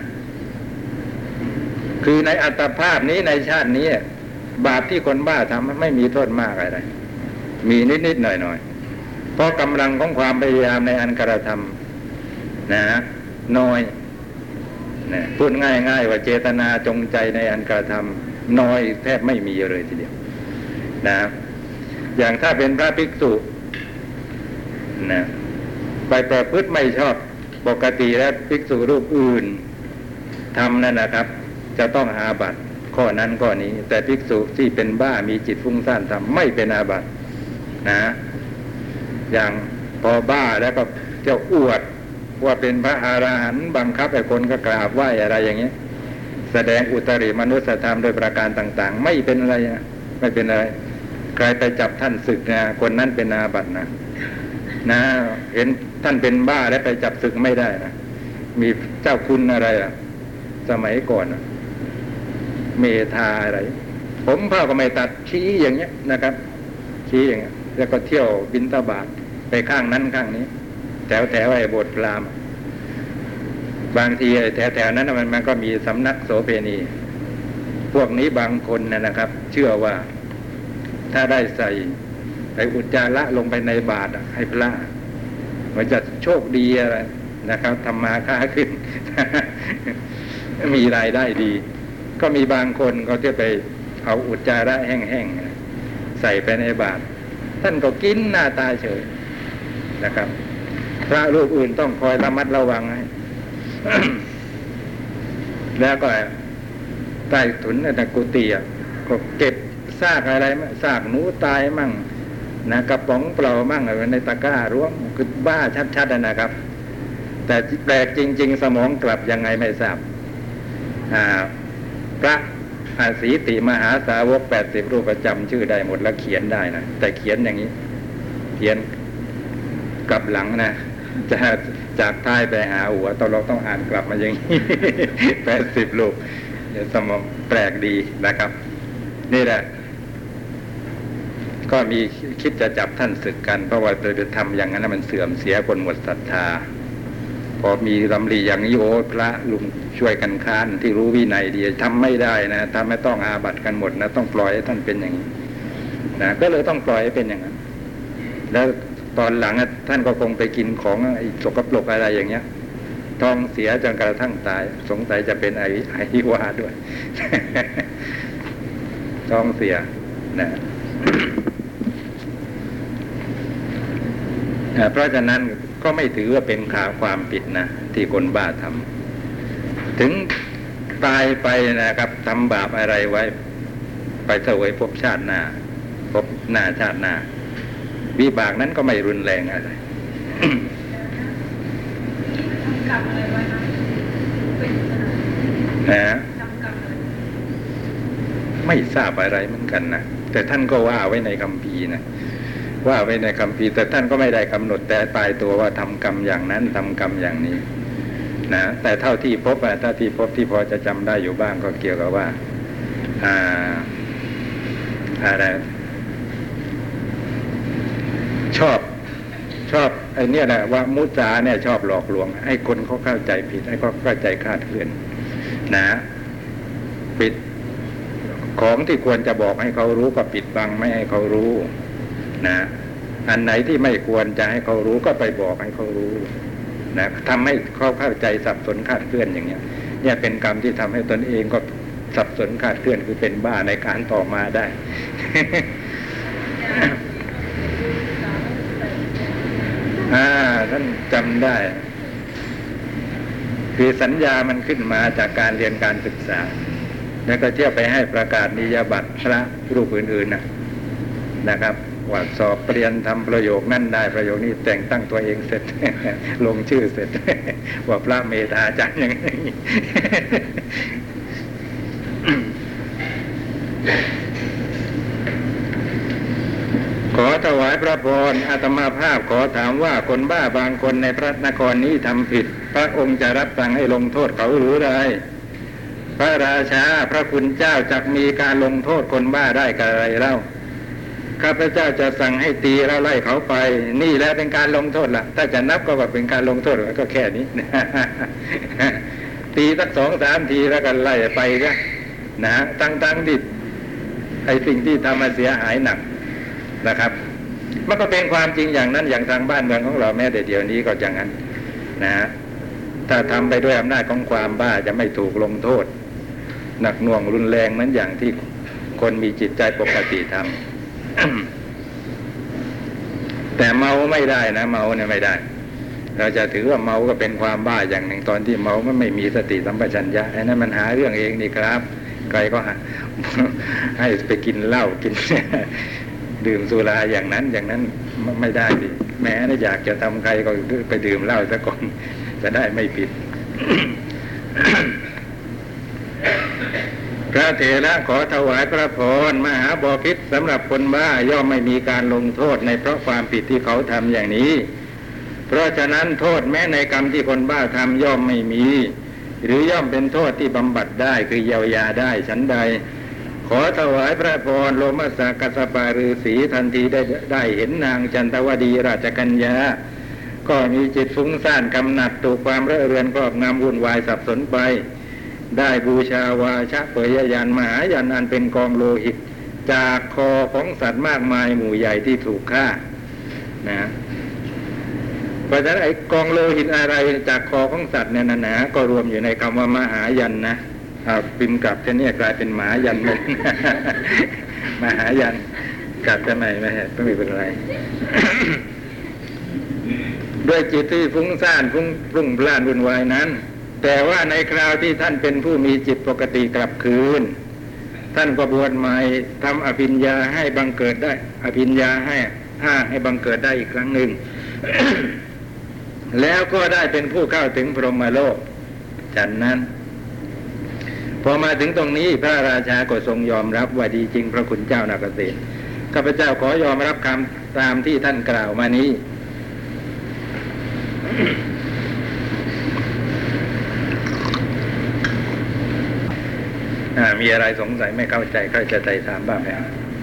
คือในอัตภาพนี้ในชาตินี้บาปที่คนบ้าทำไม่มีโทษมากอะไรมีนิดๆหน่อยๆเพราะกำลังของความพยายามในอันกระทำนะน้อยนะพูดง่ายๆว่าเจตนาจงใจในอันกระทำน้อยแทบไม่มีเลยทีเดียวนะอย่างถ้าเป็นพระภิกษุนะไปประพฤติไม่ชอบปกติแล้วภิกษุรูปอื่นทำนั่นนะครับจะต้องอาบัติข้อนั้นข้อนี้แต่ภิกษุที่เป็นบ้ามีจิตฟุ้งซ่านทำไม่เป็นอาบัตินะอย่างพอบ้าแล้วก็เจ้าอวดว่าเป็นพระอรหันต์บังคับให้คนก็กราบไหว้อะไรอย่างเงี้ยแสดงอุตริมนุสธรรมโดยประการต่างๆไม่เป็นอะไรนะไม่เป็นอะไรใครไปจับท่านศึกนะคนนั้นเป็นอาบัตินะนะเห็นท่านเป็นบ้าแล้วไปจับศึกไม่ได้นะมีเจ้าคุณอะไรอ่ะสมัยก่อนนะเมธาอะไรผมเผ่าก็ไม่ตัดชี้อย่างเงี้ยนะครับชี้อย่างเงี้ยแล้วก็เที่ยวบิณฑบาตไปข้างนั้นข้างนี้แถวแถวไอ้โบสถ์พราหมณ์บางทีแถวแถวนั้นมันมันก็มีสำนักโสเภณีพวกนี้บางคนนะนะครับ เชื่อว่าถ้าได้ใส่ไอ้อุจจาระลงไปในบาตรให้พระมันจะโชคดีอะไรนะครับทำมาค้าขึ้น มีรายได้ดีก็มีบางคนเขาจะไปเอาอุจจาระแห้งๆใส่ไปในบาตรท่านก็กินหน้าตาเฉยนะครับพระรูปอื่นต้องคอยระมัดระวังให้ แล้วก็ใต้ถุนในกุฏิก็เก็บซากอะไรมั่งซากหนูตายมั่งนะกระป๋องเปล่ามั่งอะไรในตะกร้าร่วงคือบ้าชัดๆนะครับ แต่แปลกจริงๆสมองกลับยังไงไม่ทราบพระอาสีติมหาสาวกแปดสิบรูปประจำชื่อได้หมดแล้วเขียนได้นะแต่เขียนอย่างนี้เขียนกลับหลังนะจะจากท้ายไปหาหัวตอนเราต้องอ่านกลับมาอย่างนี้ แปดสิบรูปสมองแปลกดีนะครับนี่แหละก็มีคิดจะจับท่านศึกกันเพราะว่าไปทำอย่างนั้นมันเสื่อมเสียคนหมดศรัทธาพอมีลำลีอย่างนี้โอ้พระลุงช่วยกันค้านที่รู้วินัยดีทำไม่ได้นะทำไม่ต้องอาบัติกันหมดนะต้องปล่อยให้ท่านเป็นอย่างนี้นะก็เลยต้องปล่อยให้เป็นอย่างนั้นแล้วตอนหลังท่านก็คงไปกินของไอ้สกปรกอะไรอย่างเงี้ยท้องเสียจนกระทั่งตายสงสัยจะเป็นไอไอฮิวาด้วย ท้องเสียนะ เพราะฉะนั้นก็ไม่ถือว่าเป็นข่าวความผิดนะที่คนบ้าทำถึงตายไปนะครับทำบาปอะไรไว้ไปเสวยภพชาติหน้าภพหน้าชาติหน้าวิบากนั้นก็ไม่รุนแรงอะไรกรรมอะไรไว้นะเป็นนะไม่ทราบอะไรเหมือนกันนะแต่ท่านก็ว่าไว้ในคัมภีร์นะว่าไว้ในคัมภีร์แต่ท่านก็ไม่ได้กำหนดแต่ตายตัวว่าทำกรรมอย่างนั้นทำกรรมอย่างนี้นะแต่เท่าที่พบอะเท่าที่พบที่พอจะจำได้อยู่บ้างก็เกี่ยวกับว่าอ่าอะไรชอบชอบไอ้นี่แหละว่ามุสาเนี่ยชอบหลอกลวงให้คนเขาเข้าใจผิดให้เขาเข้าใจคลาดเคลื่อนนะปิดของที่ควรจะบอกให้เขารู้ก็ปิดบังไม่ให้เขารู้นะอันไหนที่ไม่ควรจะให้เขารู้ก็ไปบอกให้เขารู้นะทำให้เขาเข้าใจสับสนคลาดเคลื่อนอย่างเงี้ยเนี่ยเป็นกรรมที่ทำให้ตนเองก็สับสนคลาดเคลื่อนคือเป็นบ้าในการต่อมาได้ อ่าท่านจำได้คือสัญญามันขึ้นมาจากการเรียนการศึกษาแล้วก็เที่ยวไปให้ประกาศนิยบัตรพระรูปอื่นๆนะนะครับว่าสอบเรียนทำประโยคนั่นได้ประโยคนี้แต่งตั้งตัวเองเสร็จ ลงชื่อเสร็จ ว่าพระเมธาจารย์อย่างนี้ ขอถวายพระพรอาตมาภาพขอถามว่าคนบ้าบางคนในพระนครนี้ทำผิดพระองค์จะรับสั่งให้ลงโทษเขาหรือไรพระราชาพระคุณเจ้าจักมีการลงโทษคนบ้าได้กะไรเล่าข้าพเจ้าจะสั่งให้ตีแล้วไล่เขาไปนี่แล้วเป็นการลงโทษล่ะถ้าจะนับก็ว่าเป็นการลงโทษก็แค่นี้ ตีสักสองสามทีแล้วกันไล่ไปก็นะตั้งๆดิไอ้สิ่งที่ทำมาเสียหายหนักนะครับมันก็เป็นความจริงอย่างนั้นอย่างทางบ้านเมืองของเราแม้แต่เดี๋ยวนี้ก็อย่างนั้นนะฮะถ้าทำไปด้วยอำนาจของความบ้าจะไม่ถูกลงโทษหนักหน่วงรุนแรงเหมือนอย่างที่คนมีจิตใจปกติทำ แต่เมาไม่ได้นะเมาเนี่ยไม่ได้เราจะถือว่าเมาก็เป็นความบ้าอย่างหนึ่งตอนที่เมามันไม่มีสติสัมปชัญญะไอ้นั้นมันหาเรื่องเองนี่ครับใครก็หา ให้ไปกินเหล้ากิน ดื่มสุราอย่างนั้นอย่างนั้นไม่ได้ดิแม้ถ้าอยากจะทำใครก็ไปดื่มเหล้าซะก่อนจะได้ไม่ผิด พระเถระขอถวายพระพรมหาบพิตรสำหรับคนบ้าย่อมไม่มีการลงโทษในเพราะความผิดที่เขาทำอย่างนี้เพราะฉะนั้นโทษแม้ในกรรมที่คนบ้าทำย่อมไม่มีหรือย่อมเป็นโทษที่บำบัดได้คือเยียวยาได้ฉันใดขอถวายพระพรโลมาสกัสสปาฤาษีทันทีได้ได้เห็นนางจันทวดีราชกัญญาก็มีจิตฟุ้งซ่านกำหนัดถูกความเร่อเรือนครอบงำวุ่นวายสับสนไปได้บูชาวาชะเปยยานมหายันอันเป็นกองโลหิตจากคอของสัตว์มากมายหมู่ใหญ่ที่ถูกฆ่านะเพราะฉะนั้นไอ้กองโลหิตอะไรจากคอของสัตว์เนี่ยนะนะก็รวมอยู่ในคำว่ามหายันนะเอาพิมพ์กลับแค่นี้กลายเป็นหมายันเลย มหายันกลับจะไม่ไม่ไม่เป็นไร ด้วยจิตที่ฟุ้งซ่านฟุ้งฟุ้งพล่านวุ่นวายนั้นแต่ว่าในคราวที่ท่านเป็นผู้มีจิตปกติกลับคืนท่านก็บวชใหม่ทำอภิญญาให้บังเกิดได้อภิญญาให้ห้าให้บังเกิดได้อีกครั้งหนึ่ง แล้วก็ได้เป็นผู้เข้าถึงพรหมโลกจากนั้นพอมาถึงตรงนี้พระราชาก็ทรงยอมรับว่าดีจริงพระคุณเจ้านาเกษตรข้าพเจ้าขอยอมรับคำตามที่ท่านกล่าวมานี้มีอะไรสงสัยไม่เข้าใจใครจะใจถามบ้างไหม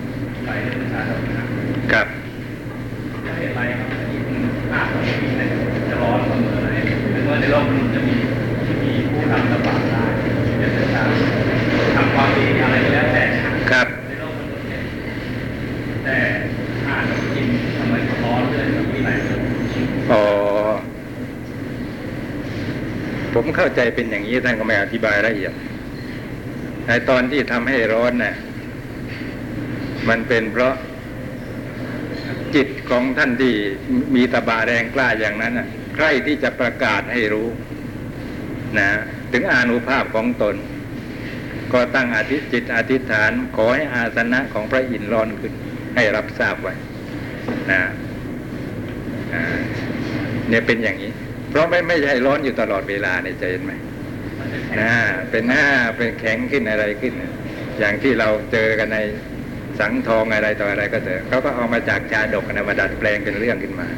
ครับอะไรครับอาจจะร้อนเสมอเลยเมื่อในโลกมันจะมีมีผู้ทำลำบากได้เป็นการทำความดีอะไรก็แล้วแต่ครับในโลกมนุษย์เนี่ยแต่อาหารกินทำไมร้อนเลยมีอะไรอ๋อผมเข้าใจเป็นอย่างนี้ท่านก็ไม่อธิบายละเอียดในตอนที่ทำให้ร้อนน่ะมันเป็นเพราะจิตของท่านที่มีตบะแรงกล้าอย่างนั้นน่ะใครที่จะประกาศให้รู้นะถึงอานุภาพของตนก็ตั้งอธิจิตอธิษฐานขอให้อาสนะของพระอินทร์ร้อนขึ้นให้รับทราบไว้นะเนี่ยเป็นอย่างนี้เพราะไม่ไม่ใช่ร้อนอยู่ตลอดเวลาในใจเห็นไหมนะเป็นหน้าเป็นแข็งขึ้นอะไรขึ้นอย่างที่เราเจอกันในสังทองอะไรต่ออะไรก็เถอะเขาก็เอามาจากชาดกนะมาดัดแปลงเป็นเรื่องขึ้นมา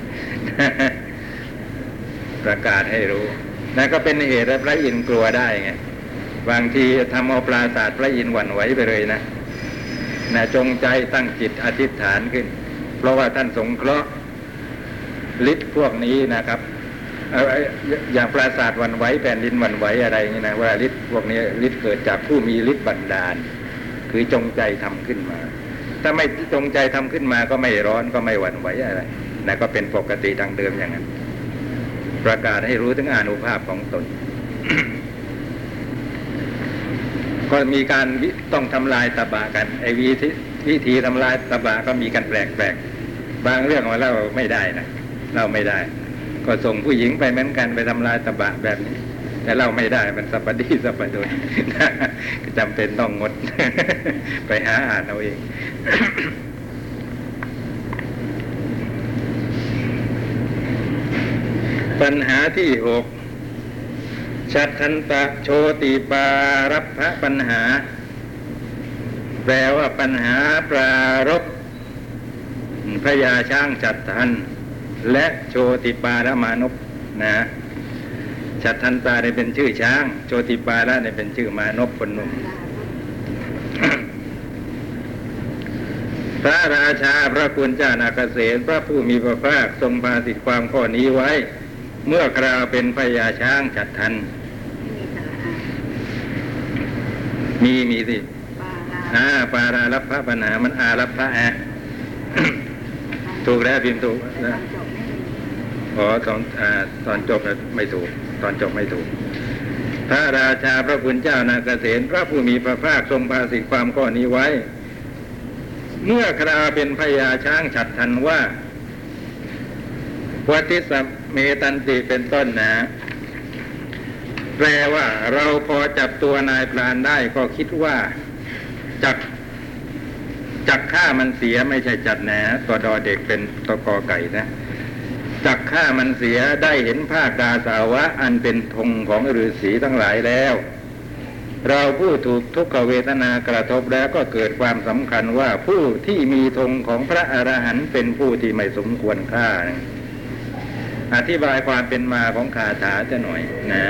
ประกาศให้รู้นั่นก็เป็นเหตุให้พระอินทร์กลัวได้ไงบางทีทำเอาปราสาทพระอินทร์หวั่นไหวไปเลยนะนะจงใจตั้งจิตอธิษฐานขึ้นเพราะว่าท่านสงเคราะห์ฤทธิ์พวกนี้นะครับอย่างปราสาทหวั่นไหวแผ่นดินหวั่นไหวอะไรอย่างนี้นะว่าฤทธิ์พวกนี้ฤทธิ์เกิดจากผู้มีฤทธิ์บันดาลคือจงใจทำขึ้นมาถ้าไม่จงใจทำขึ้นมาก็ไม่ร้อนก็ไม่หวั่นไหวอะไรนะก็เป็นปกติดังเดิมอย่างนั้นประกาศให้รู้ถึงอานุภาพของตนก็มีการต้องทำลายตบะกันไอ้วิธีวิธีทำลายตบะก็มีกันแปลกๆบางเรื่องของเราไม่ได้นะเราไม่ได้ก็ส่งผู้หญิงไปเหมือนกันไปทำลายตบะแบบนี้แต่เราไม่ได้มันสัปดีสัปดน จำเป็นต้องงด ไปหาอ่านเอาเอง ปัญหาที่หกชัตทันตะโชติปารัพพะปัญหาแปลว่าปัญหาปรารภพระยาช้างชัตทันและโชติปารมานพนะชัตทันตาได้เป็นชื่อช้างโชติปาระได้เป็นชื่อมานพคนหนุ่ม พระราชาพระคุณเจ้านาคเสนพระผู้มีพระภาคทรงภาสิทธิความข้อนี้ไว้เมื่อคราวเป็นพญาช้างฉัตรทันมีมีสิอ่าปารารัพพะปัญหามันอารัพพะฮะ ถูกแล้วพิมพ์ถูกนะอ๋อตอนอ่าตอนจบไม่ถูกตอนจบไม่ถูกพระราชาพระคุณเจ้านาคเสนพระผู้มีพระภาคทรงภาสิทธิความข้อนี้ไว้เมื่อคราเป็นพญาช้างฉัตรทันว่าวัติสเมตันติเป็นต้นนะแปลว่าเราพอจับตัวนายพรานได้ก็คิดว่าจักจักฆ่ามันเสียไม่ใช่จัดแหนตัวดอเด็กเป็นตกอไก่นะจักฆ่ามันเสียได้เห็นภาคดาสาวะอันเป็นธงของฤาษีทั้งหลายแล้วเราผู้ถูกทุกขเวทนากระทบแล้วก็เกิดความสำคัญว่าผู้ที่มีธงของพระอรหันต์เป็นผู้ที่ไม่สมควรฆ่าอธิบายความเป็นมาของคาถาจะหน่อยนะ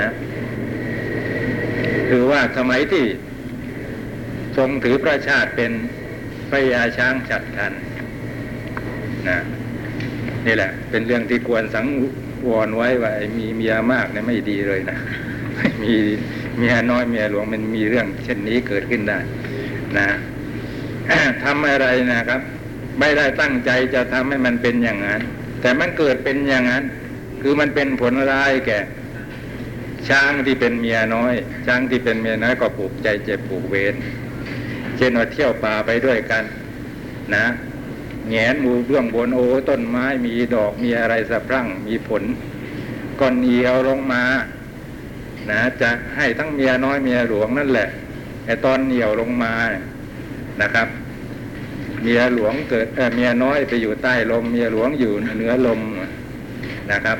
คือว่าสมัยที่ทรงถือพระชาติเป็นพระยาช้างฉัตรทันนะนี่แหละเป็นเรื่องที่ควรสังวรไว้ว่ามีเมียมากเนี่ยไม่ดีเลยนะมีเมียน้อยเมียหลวงมันมีเรื่องเช่นนี้เกิดขึ้นได้นะ ทำอะไรนะครับไม่ได้ตั้งใจจะทำให้มันเป็นอย่างนั้นแต่มันเกิดเป็นอย่างนั้นคือมันเป็นผลร้ายแก่ช้างที่เป็นเมียน้อยช้างที่เป็นเมียน้อยก็ผูกใจเจ็บผูกเวรเช่นว่าเที่ยวป่าไปด้วยกันนะแงนมูเบื้องบนโอ้ต้นไม้มีดอกมีอะไรสะพรั่งมีผลก้อนเหนียวลงมานะจะให้ทั้งเมียน้อยเมียหลวงนั่นแหละไอ้ตอนเหนียวลงมานะครับเมียหลวงเกิดเอ่อเมียน้อยไปอยู่ใต้ลมเมียหลวงอยู่เหนือลมนะครับ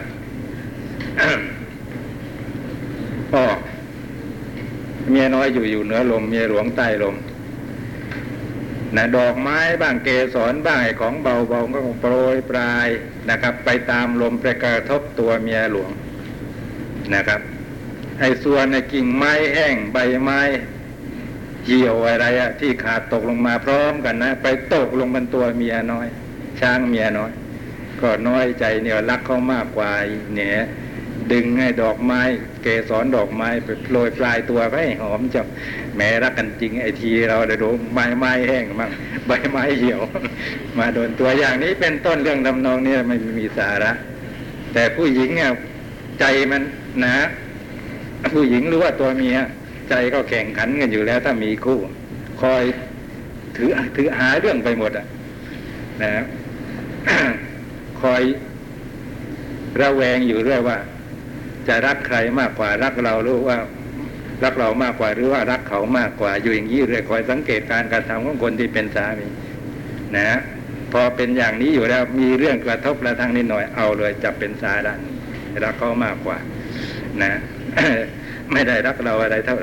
ก็เมียน้อยอยู่อยู่เหนือลมเมียหลวงใต้ลมนะดอกไม้บ้างเกสรบ้างของเบาๆก็โปรยปลายนะครับไปตามลมไปกระทบตัวเมียหลวงนะครับไอ้ส่วนในกิ่งไม้แห้งใบไม้เหี่ยวอะไรอะที่ขาดตกลงมาพร้อมกันนะไปตกลงบนตัวเมียน้อยช้างเมียน้อยก็น้อยใจเนี่ยรักเขามากกว่าเนี่ยดึงให้ดอกไม้เกสรดอกไม้ไปโรยปลายตัวให้หอมจังแม้รักกันจริงไอ้ทีเราเดี๋ยวดูไม้ไม้แห้งมั่งใบไม้เหี่ยว มาโดนตัวอย่างนี้เป็นต้นเรื่องทำนองนี้ไม่มีสาระแต่ผู้หญิงเนี่ยใจมันนะผู้หญิงหรือว่าตัวเมียใจก็แข่งขันกันอยู่แล้วถ้ามีคู่คอยถือถือหาเรื่องไปหมดอ่ะนะ คอยระแวงอยู่เรื่อยว่าจะรักใครมากกว่ารักเราหรือว่ารักเรามากกว่าหรือว่ารักเขามากกว่าอยู่อย่างนี้เรื่อยคอยสังเกตการกระทำของคนที่เป็นสามีนะพอเป็นอย่างนี้อยู่แล้วมีเรื่องกระทบกระทั่งนิดหน่อยเอาเลยจับเป็นสาระรักเขามากกว่านะ ไม่ได้รักเราอะไรเท่าไหร่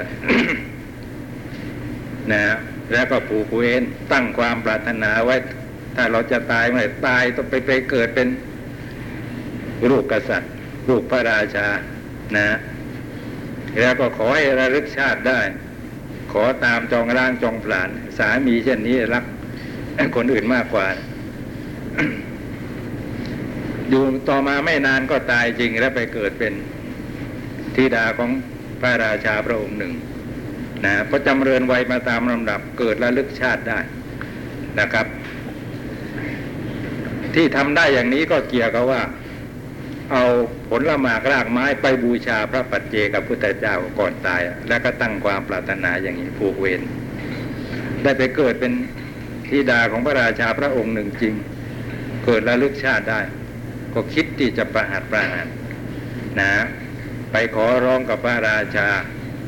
นะแล้วก็ผูกเวรตั้งความปรารถนาไว้ถ้าเราจะตายเมื่อตายต้องไปไปเกิดเป็นลูกกษัตริย์ลูกพระราชานะแล้วก็ขอให้ระลึกชาติได้ขอตามจองร่างจองผลาญสามีเช่นนี้รักคนอื่นมากกว่า อยู่ต่อมาไม่นานก็ตายจริงแล้วไปเกิดเป็นธิดาของพระราชาพระองค์หนึ่งนะพอจำเริญวัยมาตามลำดับเกิดระลึกชาติได้นะครับที่ทำได้อย่างนี้ก็เกี่ยวกับว่าเอาผลละหมากรากไม้ไปบูชาพระปัจเจกพุทธเจ้าก่อนตายแล้วก็ตั้งความปรารถนาอย่างนี้ผูกเวรได้ไปเกิดเป็นธิดาของพระราชาพระองค์หนึ่งจริงเกิดระลึกชาติได้ก็คิดที่จะประหัตประหารนะไปขอร้องกับพระราชา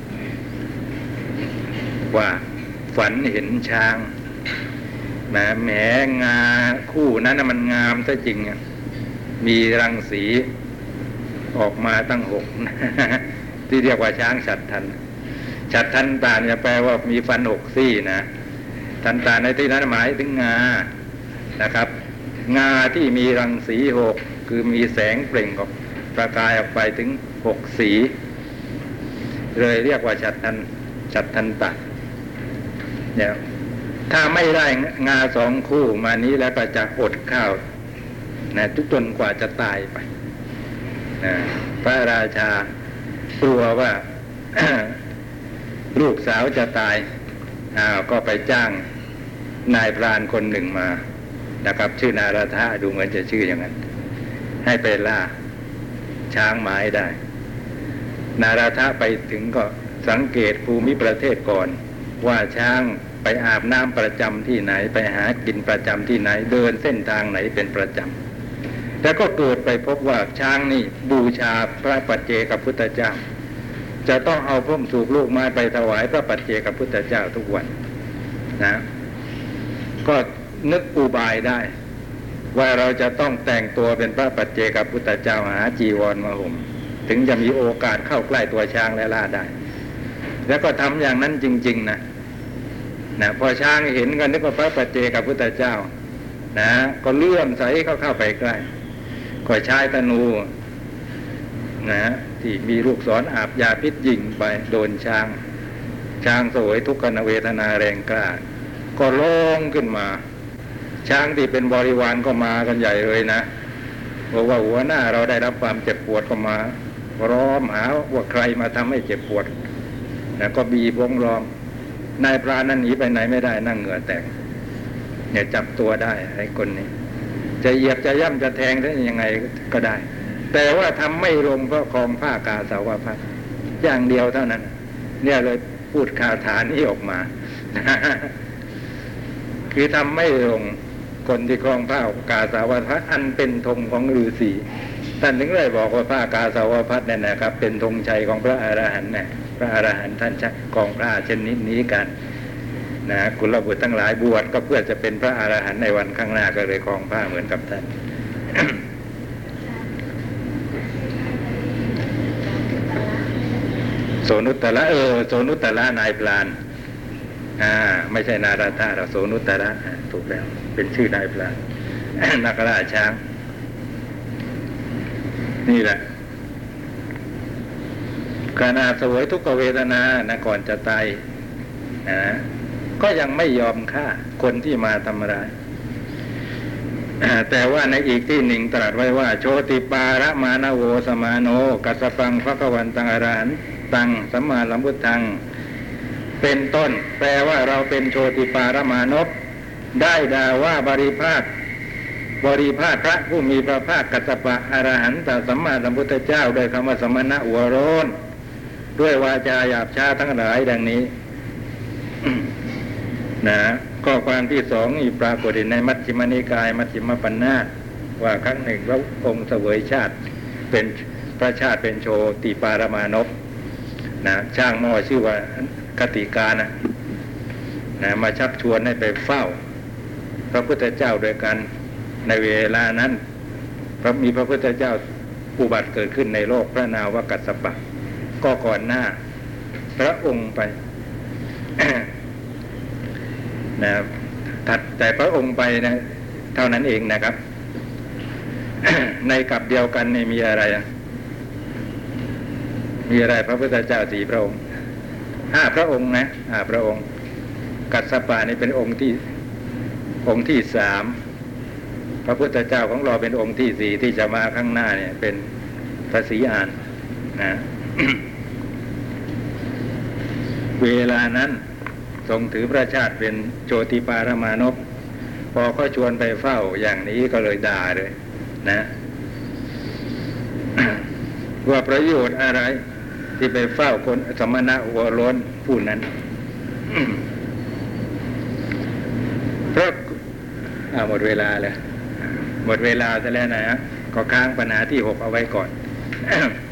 ว่าฝันเห็นช้างแหมแหมงาคู่นั้นนะมันงามซะจริงมีรังสีออกมาตั้งหก ที่เรียกว่าช้างฉัตรทันฉัตรทันตาเนี่ยแปลว่ามีฟันหกซี่นะทันตาในที่นั้นหมายถึงงานะครับงาที่มีรังสีหกคือมีแสงเปล่งออกประกายออกไปถึงหกสีเลยเรียกว่าฉัตรทันฉัตรทันตาเนี่ยถ้าไม่ได้งาสองคู่มานี้แล้วก็จะอดข้าวนะทุกจนกว่าจะตายไปนะพระราชากลัวว่า ลูกสาวจะตายอ้าวก็ไปจ้างนายพรานคนหนึ่งมานะครับชื่อนาราธะดูเหมือนจะชื่ออย่างนั้นให้ไปล่าช้างไม้ได้นาราธะไปถึงก็สังเกตภูมิประเทศก่อนว่าช้างไปอาบน้ำประจำที่ไหนไปหากินประจำที่ไหนเดินเส้นทางไหนเป็นประจำแล้วก็เกิดไปพบว่าช้างนี่บูชาพระปัจเจกพุทธเจ้าจะต้องเอาพุ่มสูบลูกไม้ไปถวายพระปัจเจกพุทธเจ้าทุกวันนะก็นึกอุบายได้ว่าเราจะต้องแต่งตัวเป็นพระปัจเจกพุทธเจ้าหาจีวรมาห่มถึงจะมีโอกาสเข้าใกล้ตัวช้างและล่าได้แล้วก็ทำอย่างนั้นจริงๆนะนะพอช้างเห็นกันนึกว่าพระปัจเจกพุทธเจ้านะก็เลื่อมใสเข้าเข้าไปใกล้ก็ใช้ธนูนะที่มีลูกศรอาบยาพิษยิงไปโดนช้างช้างโสวยทุกขเวทนาแรงกล้าก็ร้องขึ้นมาช้างที่เป็นบริวารก็มากันใหญ่เลยนะบอกว่าหัวหน้าเราได้รับความเจ็บปวดก็มาร้อมหาว่าใครมาทำให้เจ็บปวดนะก็บีบวงล้อมนายพรานนั้นหนีไปไหนไม่ได้นั่งเหงื่อแตกเนี่ยจับตัวได้ไอ้คนนี้จะเหยียบจะย่ำจะแทงได้ยังไงก็ได้แต่ว่าทำไม่ลงเพราะคลองผ้ากาสาวพัสอย่างเดียวเท่านั้นเนี่ยเลยพูดคาถานี้ออกมา คือทำไม่ลงคนที่คลองผ้ากาสาวพัสอันเป็นธงของฤาษีท่านถึงเลยบอกว่าผ้ากาสาวพัสเนี่ยนะครับเป็นธงชัยของพระอรหันต์เนี่ยพระอรหันต์ท่านใช้กองผ้าเช่นนี้นี้กันนะกุลบุตรทั้งหลายบวชก็เพื่อจะเป็นพระอรหันต์ในวันข้างหน้าก็เลยคลองผ้าเหมือนกับท่าน โสนุตตระเออโสนุตตระนายพรานอ่าไม่ใช่นาราธาเราโสนุตตระถูกแล้วเป็นชื่อนายพราน นักล่าช้างนี่แหละขณะเสวยทุกขเวทนานะก่อนจะตายนะก็ยังไม่ยอมฆ่าคนที่มาทำร้ายแต่ว่าในอีกที่หนึ่งตรัสไว้ว่าโชติปาระมานะโวสมาโนกัสสปังภควันตังอรหันตังสัมมาสัมพุทธังเป็นต้นแปลว่าเราเป็นโชติปารมานพได้ด่าว่าบริภาคบริภาคพระผู้มีพระภาคกัสสปะอรหันตสัมมาสัมพุทธเจ้าโดยคำว่าสมณะหัวโรนด้วยวาจาหยาบช้าทั้งหลายดังนี้ นะข้อความที่สองอีกปรากฏในมัชฌิมนิกายมัชฌิมปัญนาว่าครั้งหนึ่งพระองค์เสวยชาติเป็นพระชาติเป็นโชติปารมานพนะช่างหม้อชื่อว่ากติกานะนะมาชักชวนให้ไปเฝ้าพระพุทธเจ้าโดยกันในเวลานั้นพระมีพระพุทธเจ้าอุบัติเกิดขึ้นในโลกพระนามว่ากัสสปะก็ก่อนหน้าพระองค์ไป นะถัดแต่พระองค์ไปนะเท่านั้นเองนะครับ ในกับเดียวกันนี่มีอะไรมีอะไรพระพุทธเจ้าสี่พระองค์ห้าพระองค์นะห้าพระองค์กัสสปะนี่เป็นองค์ที่องค์ที่สามพระพุทธเจ้าของเราเป็นองค์ที่สี่ที่จะมาข้างหน้าเนี่ยเป็นพระศรีอานนะ เวลานั้นทรงถือพระชาติเป็นโชติปารมานพพอเขาชวนไปเฝ้าอย่างนี้ก็เลยด่าเลยนะว่าประโยชน์อะไรที่ไปเฝ้าคนสมณะหัวโล้นผู้นั้นเพราะอ่าหมดเวลาแล้วหมดเวลาซะแล้วนะฮะก็ค้างปัญหาที่หกเอาไว้ก่อน